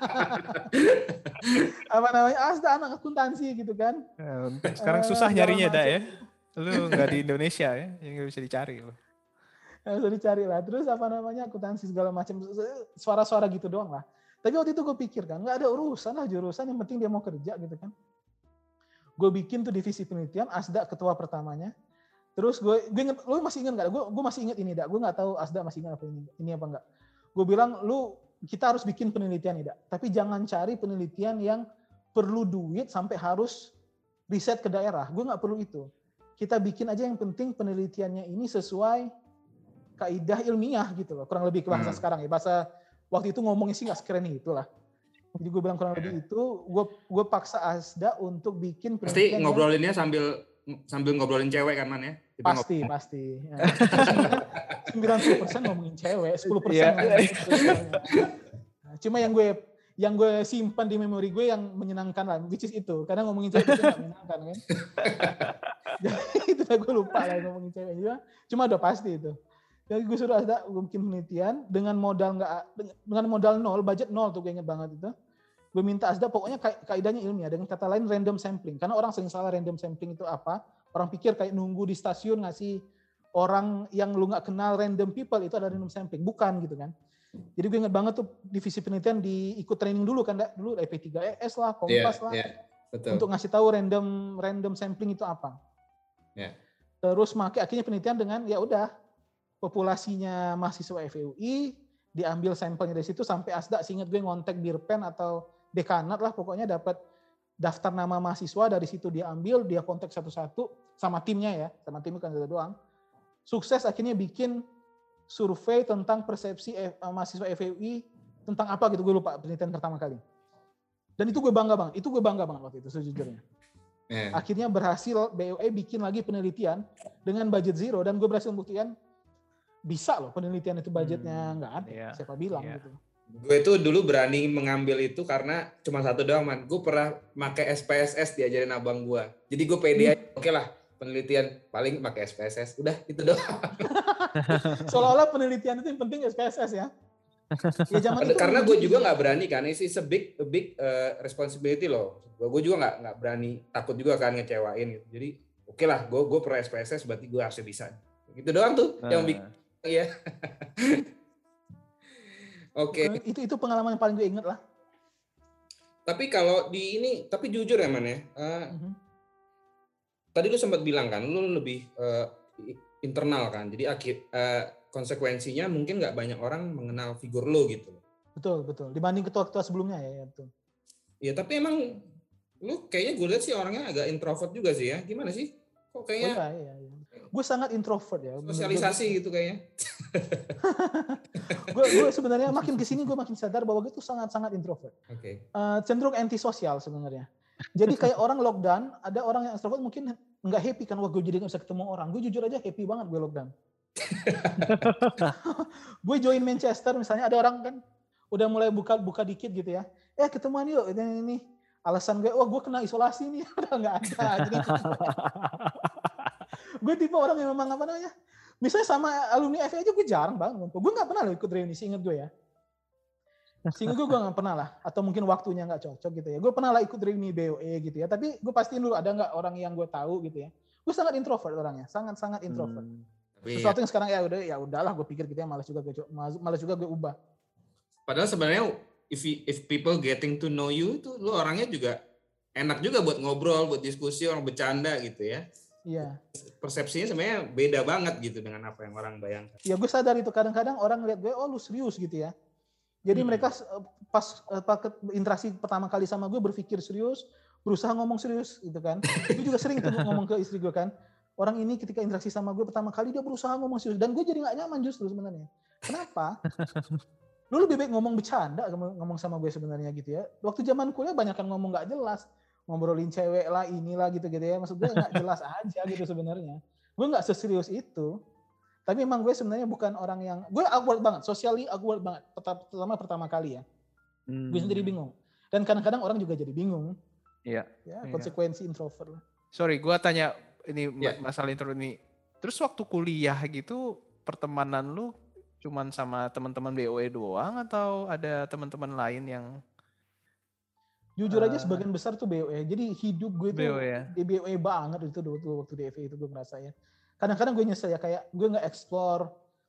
Apa namanya Asda anak akuntansi gitu kan. Sekarang susah uh, nyarinya dah ya. Lu nggak di Indonesia ya, yang nggak bisa dicari lo. Nggak bisa dicari lah. Terus apa namanya akuntansi segala macam, suara-suara gitu doang lah. Tapi waktu itu gue pikir kan, nggak ada urusan lah jurusan, yang penting dia mau kerja gitu kan. Gue bikin tuh divisi penelitian, Asda ketua pertamanya. Terus gue, gue inget, lu masih inget nggak? Gue, gue masih inget ini, dak. Gue nggak tahu Asda masih ingat apa ini, ini apa enggak. Gue bilang, lu kita harus bikin penelitian nih, dak. Tapi jangan cari penelitian yang perlu duit sampai harus riset ke daerah. Gue nggak perlu itu. Kita bikin aja yang penting penelitiannya ini sesuai kaidah ilmiah gitu loh. Kurang lebih ke bahasa hmm. sekarang ya. Bahasa waktu itu ngomongnya sih nggak sekeren itu lah. Jadi gue bilang kurang lebih itu, gue gue paksa Asda untuk bikin penelitian. Pasti ngobrolinnya yang, sambil sambil ngobrolin cewek kan Man ya? Kita pasti, ngobrol. pasti. sembilan puluh persen ngomongin cewek, sepuluh persen yeah. ngomongin cewek. Cuma yang gue yang gue simpan di memori gue yang menyenangkan lah, which is itu. Karena ngomongin cewek itu nggak menyenangkan kan. Jadi itu gue lupa lah ngomongin cewek juga. Cuma udah pasti itu. Jadi gue suruh ada gue bikin penelitian dengan modal nggak dengan modal nol, budget nol tuh gue inget banget itu. gue minta Asda pokoknya kaidahnya ilmiah, dengan kata lain random sampling. Karena orang sering salah random sampling itu apa. Orang pikir kayak nunggu di stasiun ngasih orang yang lu gak kenal random people itu adalah random sampling. Bukan gitu kan. Jadi gue ingat banget tuh divisi penelitian di ikut training dulu kan, dulu E P tiga E S lah, Kompas yeah, lah. Yeah, betul. Untuk ngasih tahu random random sampling itu apa. Yeah. Terus make akhirnya penelitian dengan ya udah populasinya mahasiswa F E U I, diambil sampelnya dari situ sampai Asda, seingat gue ngontek Dirpen atau dekanat lah, pokoknya dapat daftar nama mahasiswa, dari situ dia ambil, dia kontak satu-satu sama timnya ya, sama tim kan satu doang. Sukses akhirnya bikin survei tentang persepsi F, uh, mahasiswa F E U I tentang apa gitu, gue lupa penelitian pertama kali. Dan itu gue bangga banget, itu gue bangga banget waktu itu sejujurnya. Yeah. Akhirnya berhasil B U E bikin lagi penelitian dengan budget zero, dan gue berhasil membuktikan bisa loh penelitian itu budgetnya nggak hmm, ada, yeah, siapa bilang yeah. gitu. Gue itu dulu berani mengambil itu karena cuma satu doang man. Gue pernah pakai S P S S diajarin abang gue. Jadi gue pede aja, hmm. oke okay lah penelitian paling pakai S P S S. Udah itu doang. Seolah-olah penelitian itu yang penting S P S S ya. Ya zaman itu karena gue juga nggak berani kan, ini sih big big uh, responsibility loh. Gue juga nggak nggak berani, takut juga kan ngecewain gitu. Jadi oke okay lah, gue gue pernah S P S S berarti gue harusnya bisa. Gitu doang tuh uh. yang big. Iya. Oke. Okay. Itu itu pengalaman yang paling gue inget lah. Tapi kalau di ini, tapi jujur ya man ya. Uh, uh-huh. Tadi lu sempat bilang kan, lu lebih uh, internal kan. Jadi akhir uh, konsekuensinya mungkin nggak banyak orang mengenal figur lu gitu. Betul betul. Dibanding ketua-ketua sebelumnya ya, ya betul. Iya tapi emang lu kayaknya gue lihat sih orangnya agak introvert juga sih ya. Gimana sih? Kok kayaknya? Oh, iya, iya, iya. Gue sangat introvert ya. Sosialisasi gue, gitu kayaknya. gue gue sebenarnya makin kesini gue makin sadar bahwa gue tuh sangat-sangat introvert. Oke. Okay. Uh, cenderung antisosial sebenarnya. Jadi kayak orang lockdown, ada orang yang extrovert mungkin nggak happy kan, wah gue jadi nggak bisa ketemu orang. Gue jujur aja happy banget gue lockdown. Gue join Manchester misalnya, ada orang kan udah mulai buka buka dikit gitu ya. Eh ketemuan yuk ini, ini. Alasan gue, wah gue kena isolasi nih, udah nggak ada. Jadi gue tipe orang yang memang apa namanya, misalnya sama alumni F E aja gue jarang banget ngumpul. Gue nggak pernah loh ikut reuni, seinget gue ya. Seinget gue gue nggak pernah lah, atau mungkin waktunya nggak cocok gitu ya. Gue pernah lah ikut reuni B U E gitu ya, tapi gue pastiin dulu ada nggak orang yang gue tahu gitu ya. Gue sangat introvert orangnya, sangat-sangat introvert. Hmm, Sesuatu yang sekarang ya udah ya udahlah, gue pikir gitu ya, malas juga gue malas juga gue ubah. Padahal sebenarnya if if people getting to know you itu lu orangnya juga enak juga buat ngobrol, buat diskusi, orang bercanda gitu ya. Iya. Persepsinya sebenarnya beda banget gitu dengan apa yang orang bayangkan. Iya, gue sadar itu. Kadang-kadang orang lihat gue, oh lu serius gitu ya. Jadi hmm. mereka pas, pas interaksi pertama kali sama gue berpikir serius, berusaha ngomong serius gitu kan. Gue juga sering tuh ngomong ke istri gue kan. Orang ini ketika interaksi sama gue pertama kali dia berusaha ngomong serius. Dan gue jadi gak nyaman justru sebenarnya. Kenapa? Lu lebih baik ngomong bercanda ngomong sama gue sebenarnya gitu ya. Waktu zaman kuliah banyak kan ngomong gak jelas. Ngobrolin cewek lah, inilah gitu-gitu ya. Maksud gue gak jelas aja gitu sebenarnya. Gue gak seserius itu. Tapi memang gue sebenarnya bukan orang yang... Gue awkward banget, socially awkward banget. Pertama pertama kali ya. Hmm. Gue sendiri bingung. Dan kadang-kadang orang juga jadi bingung. Iya. Ya, konsekuensi iya. introvert lah. Sorry, gue tanya ini yeah. masalah intro ini. Terus waktu kuliah gitu, pertemanan lu cuman sama teman-teman B O E doang atau ada teman-teman lain yang... Jujur aja sebagian besar tuh B O E. Jadi hidup gue tuh B O E, ya? di B O E banget itu waktu, waktu di F E itu gue merasa ya. Kadang-kadang gue nyesel ya, kayak gue gak explore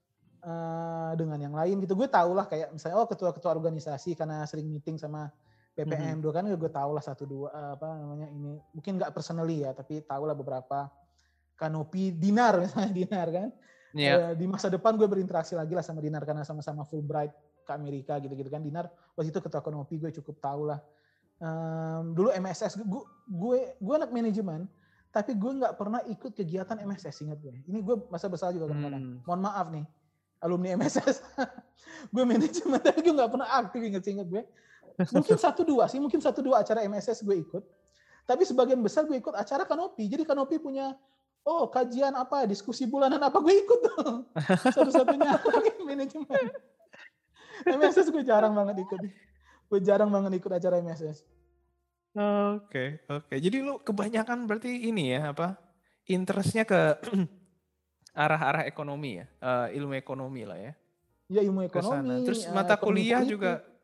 uh, dengan yang lain gitu. Gue tau lah kayak misalnya oh ketua-ketua organisasi karena sering meeting sama P P M dua mm-hmm. kan gue tau lah satu dua apa namanya ini. Mungkin gak personally ya, tapi tau lah beberapa. Kanopi Dinar misalnya Dinar kan. Yeah. Uh, di masa depan gue berinteraksi lagi lah sama Dinar karena sama-sama Fulbright ke Amerika gitu-gitu kan. Dinar waktu itu ketua Kanopi gue cukup tau lah. Um, dulu M S S gue, gue gue anak manajemen tapi gue nggak pernah ikut kegiatan M S S, ingat gue ini gue masa besar juga kadang-kadang hmm. mohon maaf nih alumni M S S gue manajemen tapi gue nggak pernah aktif, ingat-ingat gue mungkin satu dua sih mungkin satu dua acara M S S gue ikut, tapi sebagian besar gue ikut acara Kanopi. Jadi Kanopi punya oh kajian apa diskusi bulanan apa gue ikut tuh satu-satunya manajemen. M S S gue jarang banget ikut. Gue jarang banget ikut acara M S S. Oke, okay, oke. Okay. Jadi lu kebanyakan berarti ini ya, apa? Interestnya ke arah-arah ekonomi ya, uh, ilmu ekonomi lah ya. Iya ilmu ekonomi. Kesana. Terus mata uh, kuliah politik. Juga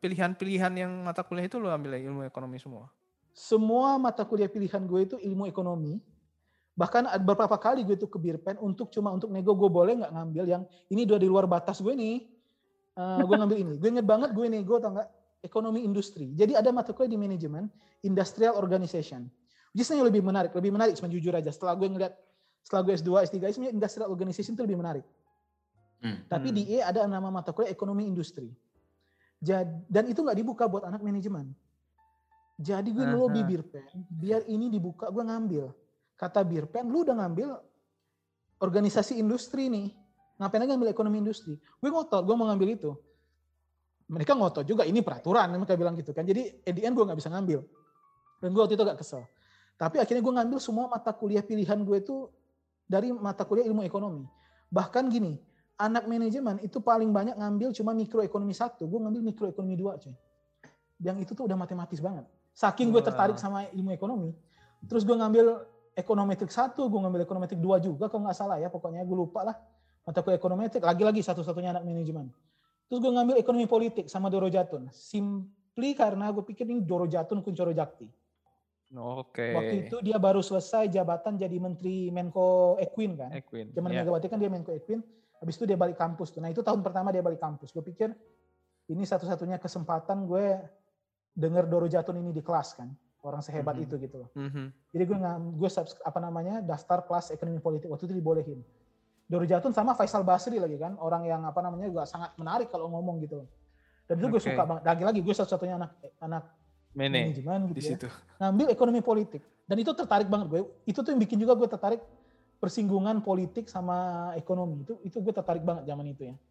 pilihan-pilihan yang mata kuliah itu lu ambil ilmu ekonomi semua? Semua mata kuliah pilihan gue itu ilmu ekonomi. Bahkan ada beberapa kali gue tuh ke Birpen untuk cuma untuk nego gue boleh nggak ngambil yang ini udah di luar batas gue nih. Uh, gue ngambil ini. Gue inget banget gue nego tau nggak ekonomi industri. Jadi ada mata kuliah di manajemen industrial organization. Justru lebih menarik, lebih menarik sebenarnya jujur aja. Setelah gue ngeliat, setelah gue S dua, S tiga, sebenarnya industrial organization itu lebih menarik. Hmm. Tapi hmm. di E ada nama mata kuliah ekonomi industri. Jadi, dan itu nggak dibuka buat anak manajemen. Jadi gue ngelobi Birpen, biar ini dibuka, gue ngambil. Kata Birpen, lu udah ngambil organisasi industri nih. Ngapain lagi ngambil ekonomi industri? Gue ngotot, gue mau ngambil itu. Mereka ngotot juga, ini peraturan, mereka bilang gitu kan. Jadi at the end gue gak bisa ngambil. Dan gue waktu itu agak kesel. Tapi akhirnya gue ngambil semua mata kuliah pilihan gue itu dari mata kuliah ilmu ekonomi. Bahkan gini, anak manajemen itu paling banyak ngambil cuma mikroekonomi satu. Gue ngambil mikroekonomi dua coy. Yang itu tuh udah matematis banget. Saking gue tertarik sama ilmu ekonomi. Terus gue ngambil ekonometrik satu, gue ngambil ekonometrik dua juga kalau nggak salah ya. Pokoknya gue lupa lah. Mata kuliah ekonometrik, lagi-lagi satu-satunya anak manajemen. Terus gue ngambil ekonomi politik sama Doro Jatun. Simply karena gue pikir ini Doro Jatun Kuncoro Jakti. Oke. Okay. Waktu itu dia baru selesai jabatan jadi Menteri Menko Equin kan. Equin. Zaman yeah. Megawati kan dia Menko Equin. Habis itu dia balik kampus tuh. Nah itu tahun pertama dia balik kampus. Gue pikir ini satu-satunya kesempatan gue dengar Doro Jatun ini di kelas kan, orang sehebat mm-hmm. itu gitu loh. Mm-hmm. Jadi gue nggak, gue apa namanya daftar kelas ekonomi politik waktu itu dibolehin. Doro Jatun sama Faisal Basri lagi kan, orang yang apa namanya juga sangat menarik kalau ngomong gitu loh. Dan itu okay. gue suka banget. Lagi-lagi gue satu-satunya anak anak Mene, manajemen gitu di ya. situ. Ngambil ekonomi politik. Dan itu tertarik banget gue. Itu tuh yang bikin juga gue tertarik persinggungan politik sama ekonomi. Itu itu gue tertarik banget zaman itu ya.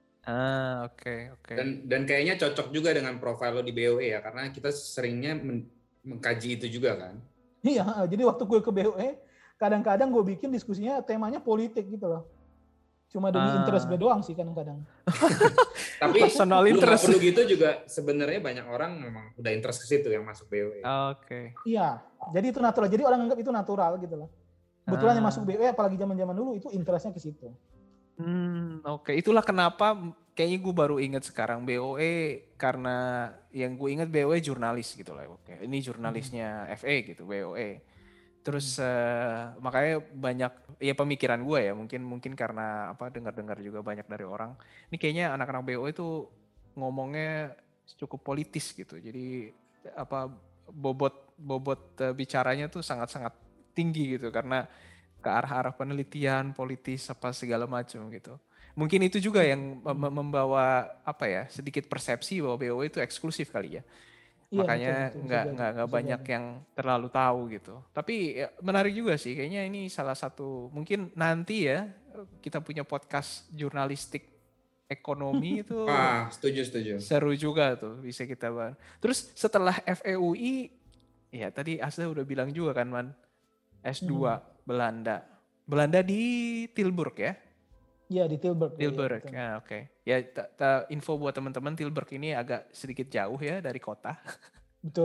Ah, oke, okay, oke. Okay. Dan dan kayaknya cocok juga dengan profil lo di B O E ya, karena kita seringnya men- mengkaji itu juga kan. Iya, jadi waktu gue ke B O E, kadang-kadang gue bikin diskusinya temanya politik gitu loh. Cuma demi ah. interest gue doang sih kadang-kadang. Tapi personal interest perlu gitu juga sebenarnya banyak orang memang udah interest ke situ yang masuk B O E. Ah, oke. Okay. Iya, jadi itu natural. Jadi orang anggap itu natural gitu loh. Kebetulan ah. yang masuk B O E apalagi zaman-zaman dulu itu interestnya ke situ. Hmm, oke. Okay. Itulah kenapa kayaknya gue baru ingat sekarang B O E karena yang gue ingat B O E jurnalis gitu lah. Oke, ini jurnalisnya hmm. F E gitu B O E. Terus hmm. uh, makanya banyak ya pemikiran gue ya mungkin mungkin karena apa dengar-dengar juga banyak dari orang. Ini kayaknya anak-anak B O E itu ngomongnya cukup politis gitu. Jadi apa bobot bobot uh, bicaranya tuh sangat-sangat tinggi gitu karena ke arah-arah penelitian politis apa segala macam gitu. Mungkin itu juga yang mem- membawa apa ya sedikit persepsi bahwa B O E itu eksklusif kali ya. Iya, makanya nggak nggak nggak banyak jadi. Yang terlalu tahu gitu. Tapi ya, menarik juga sih. Kayaknya ini salah satu mungkin nanti ya kita punya podcast jurnalistik ekonomi itu. Ah, setuju setuju. Seru juga tuh bisa kita bahas. Terus setelah F E U I, ya tadi Asda udah bilang juga kan Man, S dua hmm. Belanda. Belanda di Tilburg ya? Iya di Tilburg. Tilburg, ya, ya oke. Okay. Ya ta, ta, info buat teman-teman Tilburg ini agak sedikit jauh ya dari kota. Betul.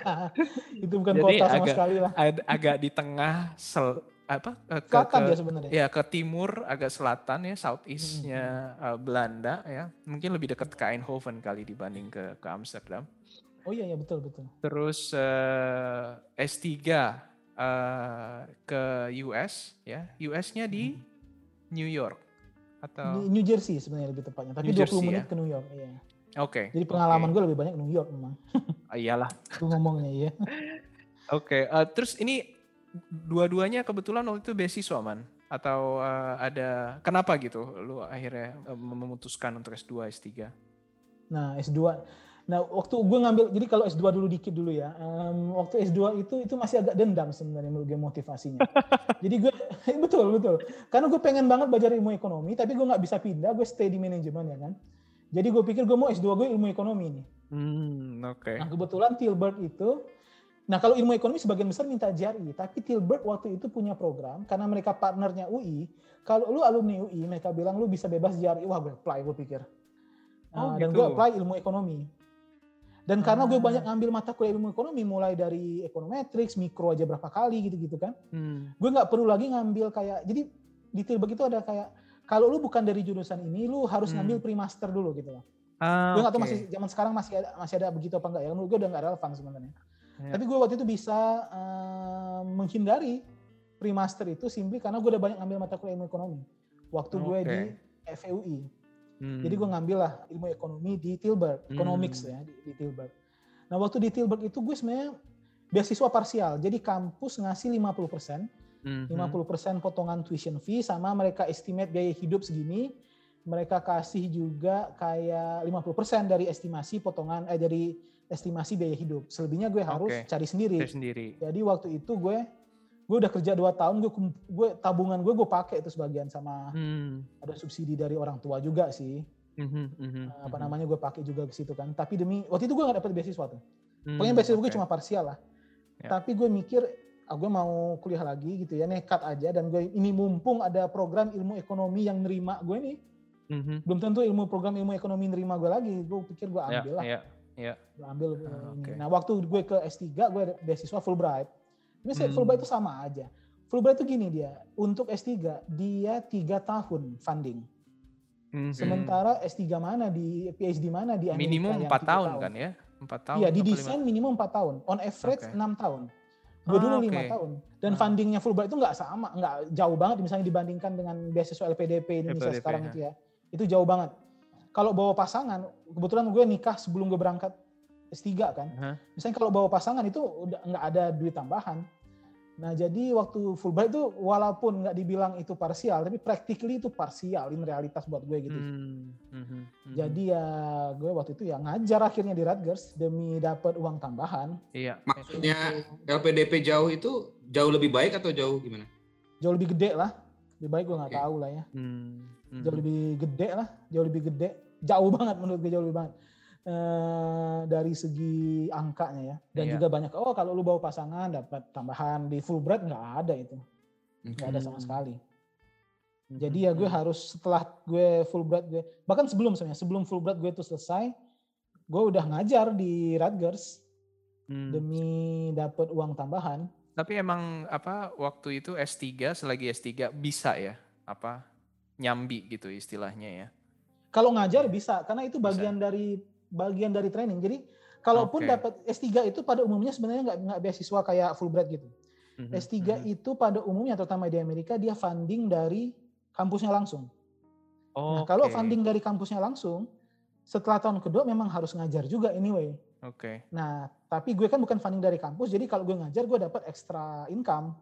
Itu bukan jadi kota sama agak, sekali lah. Ag- agak di tengah sel, apa? Ke, selatan ke, ya sebenarnya. Ya ke timur, agak selatan ya, southeast-nya hmm. uh, Belanda ya. Mungkin lebih dekat ke Eindhoven kali dibanding ke ke Amsterdam. Oh iya ya betul betul. Terus uh, S tiga uh, ke U S ya. U S-nya di hmm. New York. Atau New Jersey sebenarnya lebih tepatnya, tapi New dua puluh Jersey, menit ya? Ke New York, iya. Oke. Okay. Jadi pengalaman okay. gue lebih banyak New York memang. Oh, iyalah. Itu ngomongnya iya. Oke, okay. uh, terus ini dua-duanya kebetulan waktu itu beasiswa Man? Atau uh, ada, kenapa gitu lu akhirnya uh, memutuskan untuk S dua, S tiga? Nah S dua, nah waktu gue ngambil, jadi kalau S dua dulu dikit dulu ya, um, waktu S dua itu itu masih agak dendam sebenarnya menurut gue motivasinya. Jadi gue, betul betul, karena gue pengen banget belajar ilmu ekonomi, tapi gue nggak bisa pindah, gue stay di manajemen ya kan. Jadi gue pikir gue mau S dua gue ilmu ekonomi nih. Hmm, oke. Okay. Nah kebetulan Tilburg itu, nah kalau ilmu ekonomi sebagian besar minta J R I, tapi Tilburg waktu itu punya program, karena mereka partnernya U I, kalau lu alumni U I, mereka bilang lu bisa bebas J R I, wah gue apply gue pikir. Nah, oh, dan gitu. Gue apply ilmu ekonomi. Dan ah. karena gue banyak ngambil mata kuliah ilmu ekonomi, mulai dari ekonometrics, mikro aja berapa kali gitu-gitu kan. Hmm. Gue gak perlu lagi ngambil kayak, jadi di Tilburg itu ada kayak, kalau lu bukan dari jurusan ini, lu harus hmm. ngambil pre-master dulu gitu loh. Ah, gue nggak tahu oke. masih zaman sekarang masih ada masih ada begitu apa enggak ya. Menurut gue udah nggak relevan sebenarnya. Ya. Tapi gue waktu itu bisa uh, menghindari pre-master itu simply karena gue udah banyak ngambil mata kuliah ilmu ekonomi. Waktu gue Oke. di F E U I. Hmm. Jadi gue ngambil lah ilmu ekonomi di Tilburg, economics Hmm. ya di, di Tilburg. Nah waktu di Tilburg itu gue sebenarnya beasiswa parsial. Jadi kampus ngasih lima puluh persen. Mhm. lima puluh persen potongan tuition fee sama mereka estimate biaya hidup segini. Mereka kasih juga kayak lima puluh persen dari estimasi potongan eh dari estimasi biaya hidup. Selebihnya gue harus Oke. cari sendiri. Cari sendiri. Jadi waktu itu gue gue udah kerja dua tahun, gue gue tabungan gue gue pakai itu sebagian sama Hmm. ada subsidi dari orang tua juga sih. Mhm, mhm, Apa mhm. namanya gue pakai juga ke situ kan. Tapi demi waktu itu gue nggak dapet beasiswa tuh. Hmm, Pokoknya beasiswa gue oke. cuma parsial lah. Ya. Tapi gue mikir ah, gue mau kuliah lagi gitu ya, nekat aja. Dan gue ini mumpung ada program ilmu ekonomi yang nerima gue nih. Mhm. Belum tentu ilmu program ilmu ekonomi nerima gue lagi. Gue pikir gue Ya, ambil lah. ya, ya. Gue ambil Ah, uh, oke. ini. Nah waktu gue ke S tiga gue ada beasiswa Fulbright. Tapi Hmm. Fulbright itu sama aja. Fulbright itu gini dia, untuk S tiga dia tiga tahun funding. Mhm. Sementara S tiga mana di P H D mana di Amerika Minimum yang empat tiga tahun kan ya? Empat tahun. Iya, apa lima- didesain minimum empat tahun. On average Oke. enam tahun. Gue dulu Ah, lima oke. tahun. Dan Ah. fundingnya Fulbright itu nggak sama, nggak jauh banget misalnya dibandingkan dengan beasiswa L P D P Indonesia L P D P, sekarang ya. itu ya. Itu jauh banget. Kalau bawa pasangan, kebetulan gue nikah sebelum gue berangkat S tiga kan. Aha. Misalnya kalau bawa pasangan itu udah nggak ada duit tambahan. Nah jadi waktu Fulbright itu walaupun nggak dibilang itu parsial, tapi practically itu parsial, ini realitas buat gue gitu. Hmm, mhm, mhm. Jadi ya gue waktu itu ya ngajar akhirnya di Rutgers demi dapat uang tambahan. Iya. Maksudnya L P D P jauh itu jauh lebih baik atau jauh gimana? Jauh lebih gede lah. Lebih baik gue nggak Oke. tahu lah ya. Hmm, mhm. Jauh lebih gede lah, jauh lebih gede. Jauh banget menurut gue, jauh lebih banget. Eh, dari segi angkanya ya. Dan Iya. juga banyak, oh kalau lu bawa pasangan dapat tambahan. Di Fulbright nggak ada itu. Nggak ada sama Hmm. sekali. Mhm, Jadi ya gue mhm. harus setelah gue Fulbright gue, bahkan sebelum sebenarnya, sebelum Fulbright gue itu selesai, gue udah ngajar di Rutgers Hmm. demi dapat uang tambahan. Tapi emang apa waktu itu S tiga selagi S tiga bisa ya apa nyambi gitu istilahnya ya. Kalau ngajar bisa, karena itu Bisa. bagian dari bagian dari training. Jadi kalaupun Oke. dapat S tiga itu pada umumnya sebenarnya nggak nggak beasiswa kayak Fulbright gitu. Mhm, S tiga mhm. itu pada umumnya terutama di Amerika dia funding dari kampusnya langsung. Nah kalau Oke. funding dari kampusnya langsung, setelah tahun kedua memang harus ngajar juga anyway. Oke. Nah tapi gue kan bukan funding dari kampus, jadi kalau gue ngajar gue dapat extra income.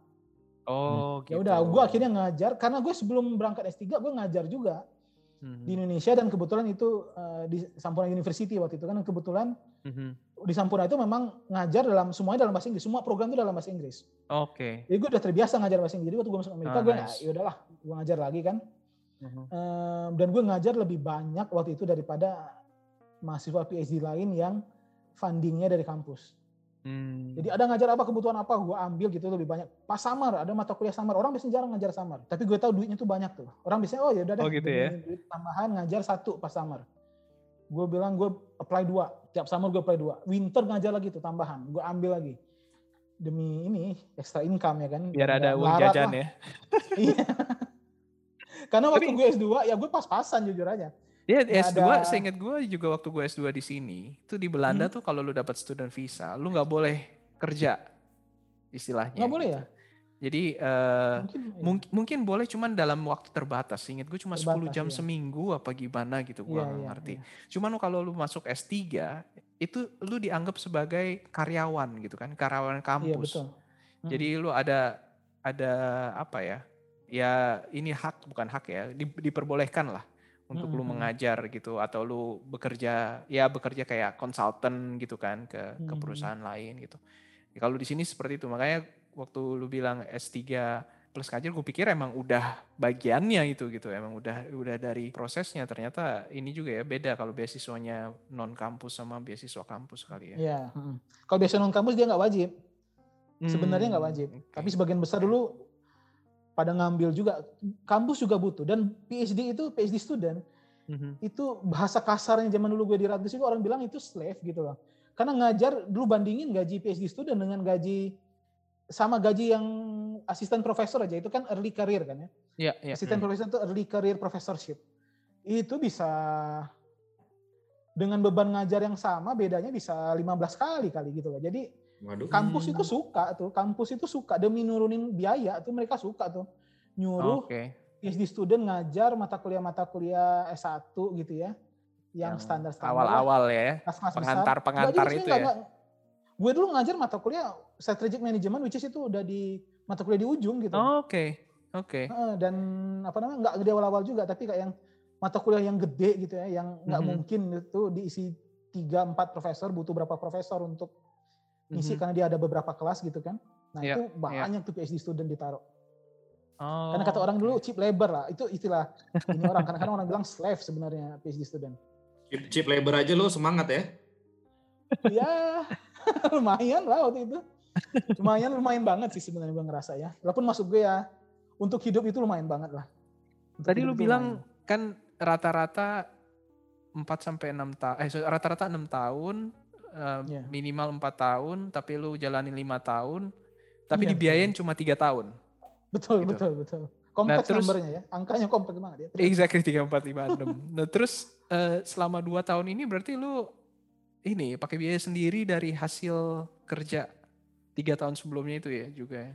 Oh Ya gitu. udah, gue akhirnya ngajar karena gue sebelum berangkat S tiga gue ngajar juga Mhm, di Indonesia dan kebetulan itu uh, di Sampurna University waktu itu kan kebetulan mhm. di Sampurna itu memang ngajar dalam semuanya dalam bahasa Inggris, semua program itu dalam bahasa Inggris. Oke. Jadi gue udah terbiasa ngajar bahasa Inggris. Jadi waktu gue masuk Amerika Ah, gue nice. ya udahlah gue ngajar lagi kan. Mhm. Um, dan gue ngajar lebih banyak waktu itu daripada mahasiswa P H D lain yang fundingnya dari kampus. Hmm. Jadi ada ngajar apa, kebutuhan apa, gue ambil gitu lebih banyak. Pas samar, ada mata kuliah samar. Orang biasanya jarang ngajar samar. Tapi gue tahu duitnya tuh banyak tuh. Orang biasanya, oh ya udah deh, Oh gitu demi ya. duit tambahan ngajar satu pas samar. Gue bilang gue apply dua. Tiap samar gue apply dua. Winter ngajar lagi tuh tambahan. Gue ambil lagi. Demi ini, extra income ya kan. Biar ada Nggak uang melarat jajan lah. ya. Iya. Karena waktu Tapi- gue S dua, ya gue pas-pasan jujur aja. Ya Nggak S dua, ada- seingat gue juga waktu gue S dua di sini, itu di Belanda Hmm. tuh kalau lu dapat student visa, lu nggak boleh kerja istilahnya. Nggak boleh gitu. ya? Jadi eh, Mungkin, iya. mungkin mungkin boleh cuman dalam waktu terbatas. Ingat gue cuma sepuluh Terbatas, jam iya. seminggu apa gimana gitu, gue Iya, nggak iya, ngerti. iya. Cuman kalau lu masuk S tiga, itu lu dianggap sebagai karyawan gitu kan, karyawan Iya kampus. betul. Mm-mm. Jadi lu ada ada apa ya? Ya ini hak bukan hak ya, di- diperbolehkan lah untuk lu Mm-mm. mengajar gitu atau lu bekerja ya bekerja kayak konsultan gitu kan ke ke Mm-mm. perusahaan lain gitu. Ya, kalau di sini seperti itu, makanya waktu lu bilang S tiga plus ngajar, gue pikir emang udah bagiannya itu gitu, emang udah udah dari prosesnya. Ternyata ini juga ya beda kalau beasiswanya non kampus sama beasiswa kampus kali ya. Iya. mm. Kalau beasiswa non kampus dia nggak wajib. Sebenarnya nggak Hmm, wajib. oke. Tapi sebagian besar dulu pada ngambil juga. Kampus juga butuh. Dan P H D itu, P H D student, Mhm. itu bahasa kasarnya zaman dulu gue di Rutgers itu orang bilang itu slave gitu loh. Karena ngajar dulu bandingin gaji P H D student dengan gaji sama gaji yang asisten profesor aja, itu kan early career kan ya. Iya, iya. Asisten Hmm. profesor itu early career professorship. Itu bisa dengan beban ngajar yang sama bedanya bisa lima belas kali kali gitu loh. Jadi Waduh. kampus itu suka tuh, kampus itu suka demi nurunin biaya tuh mereka suka tuh nyuruh Oke. PhD student ngajar mata kuliah-mata kuliah S satu gitu ya. Yang standar-standar awal-awal lah, ya. kelas-kelas Pengantar-pengantar besar. itu Enggak, ya. enggak. Gue dulu ngajar mata kuliah strategic management which is itu udah di mata kuliah di ujung gitu. Oke. Oh, Oke. Okay. Okay. Dan apa namanya enggak gede awal-awal juga tapi kayak yang mata kuliah yang gede gitu ya yang enggak mm-hmm. mungkin itu diisi tiga empat profesor, butuh berapa profesor untuk ngisi mm-hmm. karena dia ada beberapa kelas gitu kan. Nah, yeah, itu banyak yeah. tuh PhD student ditaruh. Oh, karena kata orang dulu cheap labor lah, itu istilah ini orang. Kadang-kadang orang bilang slave sebenarnya PhD student. Cheap, cheap labor aja lo semangat ya? Ya, lumayan lah waktu itu. Lumayan, lumayan banget sih sebenarnya gue ngerasa ya. Walaupun masuk gue ya, untuk hidup itu lumayan banget lah. Untuk Tadi lu bilang lumayan. Kan rata-rata empat sampai enam tahun, eh rata-rata enam tahun, uh, yeah. minimal empat tahun, tapi lu jalanin lima tahun, tapi yeah, dibiayain betul. Cuma tiga tahun. Betul, gitu. betul, betul. Kompleks nah, terus, numbernya ya, angkanya kompleks banget ya. Exactly tiga, empat, lima, enam. Nah terus uh, selama dua tahun ini berarti lu ini pakai biaya sendiri dari hasil kerja tiga tahun sebelumnya itu ya juga ya?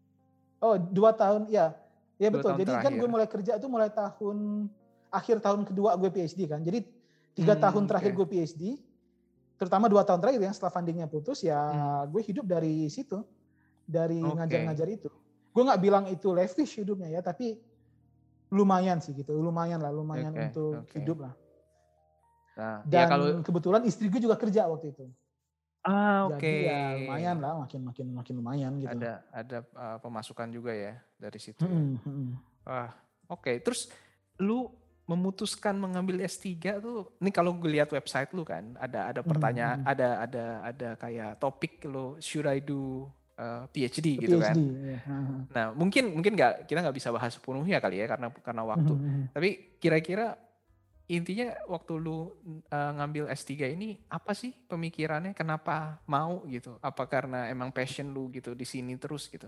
Oh dua tahun, ya. Ya dua betul, jadi terakhir. Kan gue mulai kerja itu mulai tahun, akhir tahun kedua gue PhD kan. Jadi tiga hmm, tahun terakhir okay. gue PhD, terutama dua tahun terakhir ya setelah fundingnya putus ya hmm. gue hidup dari situ. Dari okay. ngajar-ngajar itu. Gue gak bilang itu lavish hidupnya ya, tapi lumayan sih gitu, lumayan lah, lumayan okay, untuk okay. hidup lah. Nah, Dan ya kalau... kebetulan istri gue juga kerja waktu itu. Ah, oke. Okay. Jadi ya lumayan lah, makin makin makin lumayan gitu. Ada ada uh, pemasukan juga ya dari situ. Hmm, ya. hmm. Ah, oke. Okay. Terus lu memutuskan mengambil S tiga tuh, ini kalau gue lihat website lu kan, ada ada pertanyaan, hmm. ada ada ada kayak topik lu, should I do Uh, PhD gitu PhD, kan. Ya. Nah mungkin mungkin nggak kita nggak bisa bahas sepenuhnya kali ya karena karena waktu. Mm-hmm. Tapi kira-kira intinya waktu lu uh, ngambil S tiga ini apa sih pemikirannya? Kenapa mau gitu? Apa karena emang passion lu gitu di sini terus gitu?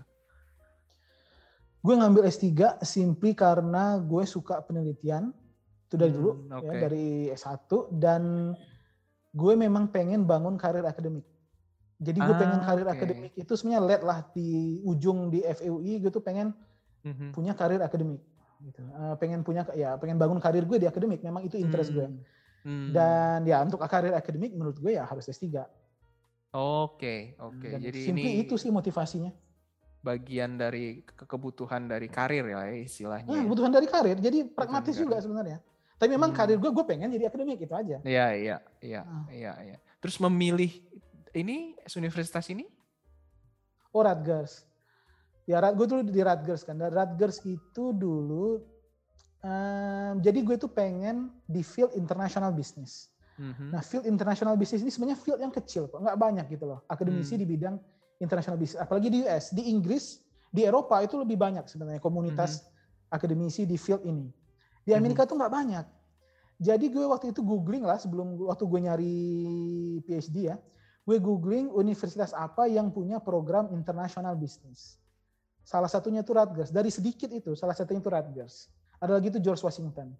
Gue ngambil S tiga simply karena gue suka penelitian itu dari hmm, dulu okay. ya, dari S satu dan gue memang pengen bangun karir akademik. Jadi gue ah, pengen karir okay. akademik itu sebenarnya led lah di ujung di F E U I, gue tuh pengen mm-hmm. punya karir akademik. Gitu. Uh, pengen punya ya pengen bangun karir gue di akademik, memang itu interest mm. gue. Mm. Dan ya untuk karir akademik menurut gue ya harus S tiga. Oke, oke. Okay. Jadi simply ini itu sih motivasinya. Bagian dari kebutuhan dari karir ya istilahnya. Nah, kebutuhan dari karir, jadi pragmatis juga sebenarnya. Tapi memang hmm. karir gue gue pengen jadi akademik itu aja. Iya, iya, iya, nah. iya, iya. Terus memilih ini universitas ini? Oh Rutgers. Ya gue dulu di Rutgers kan. Dan Rutgers itu dulu, um, jadi gue tuh pengen di field international business. Mm-hmm. Nah field international business ini sebenarnya field yang kecil kok, nggak banyak gitu loh. Akademisi mm. di bidang international business. Apalagi di U S, di Inggris, di Eropa itu lebih banyak sebenarnya komunitas mm-hmm. akademisi di field ini. Di Amerika mm-hmm. tuh nggak banyak. Jadi gue waktu itu googling lah sebelum waktu gue nyari PhD ya. Gue googling universitas apa yang punya program international business. Salah satunya itu Rutgers. Dari sedikit itu, salah satunya itu Rutgers. Ada lagi itu George Washington.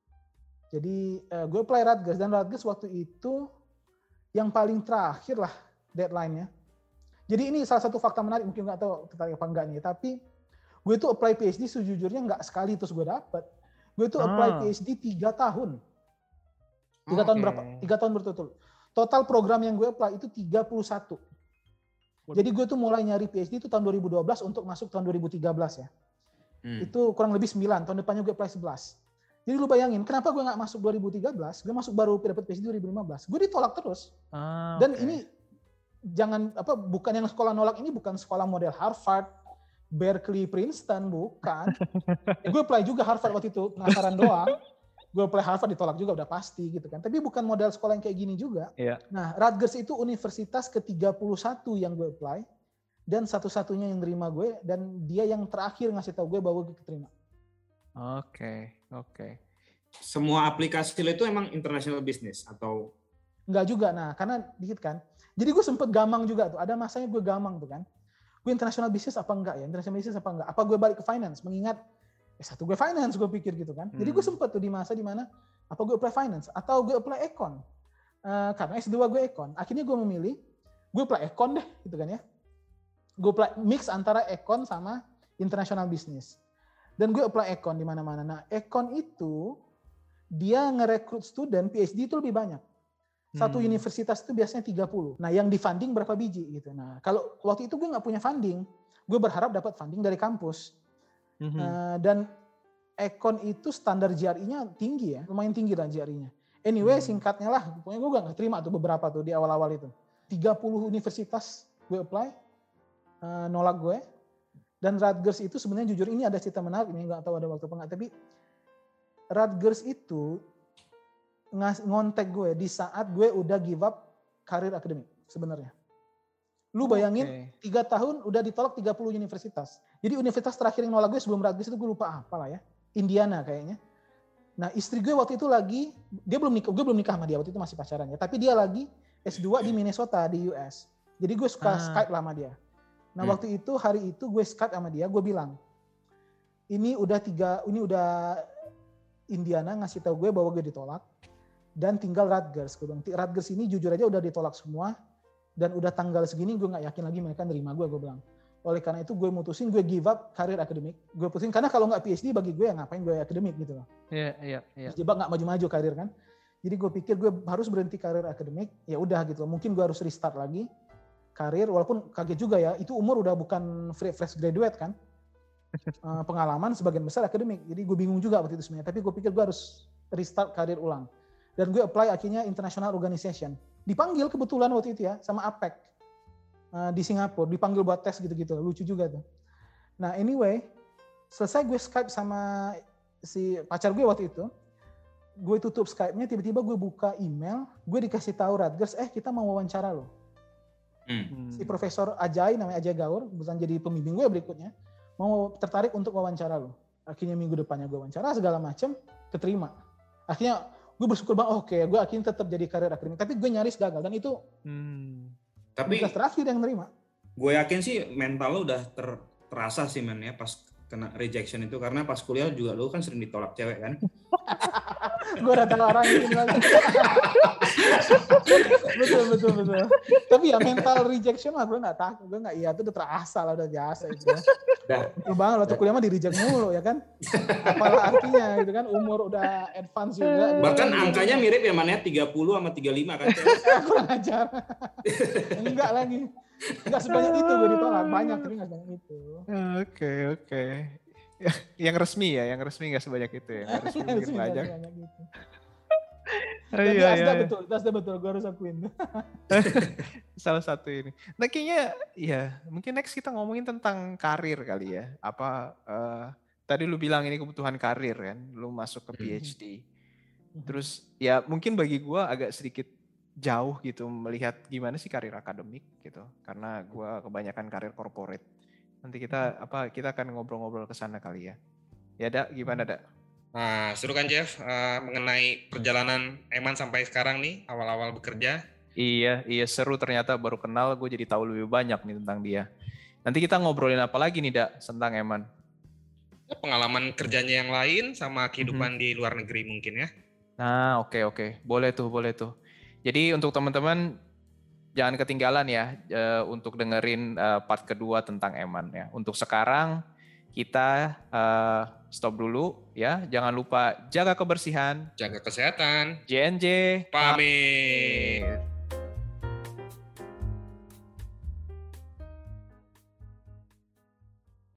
Jadi uh, gue apply Rutgers. Dan Rutgers waktu itu yang paling terakhir lah deadline-nya. Jadi ini salah satu fakta menarik, mungkin nggak tahu tertarik apa enggak nih. Tapi gue itu apply PhD sejujurnya nggak sekali terus gue dapet. Gue itu apply ah. PhD tiga tahun. Tiga okay. tahun berapa? Tiga tahun berturut-turut. Total program yang gue apply itu tiga puluh satu. Jadi gue tuh mulai nyari PhD itu tahun dua ribu dua belas untuk masuk tahun dua ribu tiga belas ya. Hmm. Itu kurang lebih sembilan, tahun depannya gue apply sebelas. Jadi lu bayangin, kenapa gue gak masuk dua ribu tiga belas, gue masuk baru dapat PhD dua ribu lima belas. Gue ditolak terus. Ah, Dan okay. ini jangan apa bukan yang sekolah nolak ini bukan sekolah model Harvard, Berkeley, Princeton, bukan. Ya, gue apply juga Harvard waktu itu, penasaran doang. Gue apply Harvard ditolak juga udah pasti gitu kan. Tapi bukan model sekolah yang kayak gini juga. Yeah. Nah, Rutgers itu universitas ke tiga puluh satu yang gue apply dan satu-satunya yang nerima gue dan dia yang terakhir ngasih tahu gue bahwa gue keterima. Oke, okay, oke. Okay. Semua aplikasi lo itu emang international business atau enggak juga. Nah, karena dikit kan. Jadi gue sempet gamang juga tuh. Ada masanya gue gamang tuh kan. Gue international business apa enggak ya? International business apa enggak? Apa gue balik ke finance mengingat S satu gue finance gue pikir gitu kan. Hmm. Jadi gue sempet tuh di masa di mana apa gue apply finance atau gue apply econ. uh, karena S dua gue ekon. Akhirnya gue memilih, gue apply ekon deh gitu kan ya. Gue apply mix antara ekon sama international business. Dan gue apply ekon di mana-mana. Nah, ekon itu dia ngerekrut student P H D itu lebih banyak. Satu hmm. universitas itu biasanya tiga puluh. Nah, yang di funding berapa biji gitu. Nah, kalau waktu itu gue nggak punya funding, gue berharap dapat funding dari kampus. Mm-hmm. Uh, dan ekon itu standar J R I-nya tinggi ya, lumayan tinggi lah J R I-nya. Anyway, hmm. singkatnya lah, pokoknya gue nggak terima tuh beberapa tuh di awal-awal itu. tiga puluh universitas gue apply, uh, nolak gue. Dan Rutgers itu sebenarnya jujur ini ada cerita menarik, ini nggak tahu ada waktu apa nggak, tapi Rutgers itu ngontek gue di saat gue udah give up karir akademik sebenarnya. Lu bayangin tiga okay. tahun udah ditolak tiga puluh universitas. Jadi universitas terakhir yang nolak gue sebelum Rutgers itu gue lupa apa lah ya. Indiana kayaknya. Nah istri gue waktu itu lagi, dia belum nikah, gue belum nikah sama dia waktu itu masih pacaran ya. Tapi dia lagi S dua di Minnesota di U S. Jadi gue suka ah. Skype lah sama dia. Nah hmm. waktu itu hari itu gue Skype sama dia, gue bilang ini udah tiga, ini udah Indiana ngasih tahu gue bahwa gue ditolak. Dan tinggal Rutgers. Gue bilang, Rutgers ini jujur aja udah ditolak semua. Dan udah tanggal segini gue gak yakin lagi mereka nerima gue, gue bilang. Oleh karena itu gue mutusin, gue give up karir akademik. Gue putusin, karena kalau gak P H D bagi gue ya ngapain gue akademik gitu loh. Iya, iya, iya. Jebak gak maju-maju karir kan. Jadi gue pikir gue harus berhenti karir akademik. Ya udah gitu loh, mungkin gue harus restart lagi karir. Walaupun kaget juga ya, itu umur udah bukan fresh graduate kan. Pengalaman sebagian besar akademik. Jadi gue bingung juga waktu itu sebenarnya. Tapi gue pikir gue harus restart karir ulang. Dan gue apply akhirnya International Organization. Dipanggil kebetulan waktu itu ya sama A P E C uh, di Singapura. Dipanggil buat tes gitu-gitu. Lucu juga tuh. Nah anyway, selesai gue Skype sama si pacar gue waktu itu. Gue tutup Skype-nya, tiba-tiba gue buka email. Gue dikasih tahu Rutgers, eh kita mau wawancara loh. Hmm. Si Profesor Ajay, namanya Ajay Gaur, kebetulan jadi pembimbing gue berikutnya. Mau tertarik untuk wawancara loh. Akhirnya minggu depannya gue wawancara, segala macem, keterima. Akhirnya gue bersyukur banget, oke, okay, gue akhirnya tetap jadi karir akademik. Tapi gue nyaris gagal dan itu hmm. tapi terakhir yang nerima. Gue yakin sih mental lo udah ter, terasa sih men ya pas kena rejection itu, karena pas kuliah juga lo kan sering ditolak cewek kan. Gue udah tahu orang ini lagi. betul betul betul. Tapi ya mental rejection mah gue nggak takut, gue nggak, iya itu udah terasa lah, udah biasa itu. Dah. Bang, waktu kuliah mah di reject mulu ya kan. Apalah artinya gitu kan, umur udah advance juga. Bahkan gitu. Angkanya mirip ya mana tiga puluh sama tiga puluh lima kan. Kurang ajar. Enggak lagi. Enggak sebanyak itu gue ditolak, banyak tapi enggak sebanyak itu. Oke oke. Yang resmi ya, yang resmi nggak sebanyak itu ya. Yang resmi mungkin banyak. Gitu. Tapi iya, Asda iya. betul, Asda betul, gue harus akuin. Salah satu ini. Nah kayaknya ya mungkin next kita ngomongin tentang karir kali ya. Apa uh, tadi lu bilang ini kebutuhan karir kan, lu masuk ke P H D. Hmm. Terus ya mungkin bagi gue agak sedikit jauh gitu melihat gimana sih karir akademik gitu. Karena gue kebanyakan karir corporate. Nanti kita apa kita akan ngobrol-ngobrol ke sana kali ya. Ya Dak, gimana Dak? Nah, seru kan Jeff uh, mengenai perjalanan Eman sampai sekarang nih, awal-awal bekerja. Iya, iya seru ternyata, baru kenal gue jadi tahu lebih banyak nih tentang dia. Nanti kita ngobrolin apa lagi nih Dak tentang Eman? Pengalaman kerjanya yang lain sama kehidupan mm-hmm. di luar negeri mungkin ya. Nah oke okay, oke, okay. boleh tuh boleh tuh. Jadi untuk teman-teman jangan ketinggalan ya uh, untuk dengerin uh, part kedua tentang Eman ya. Untuk sekarang kita uh, stop dulu ya. Jangan lupa jaga kebersihan, jaga kesehatan. J N J pamit.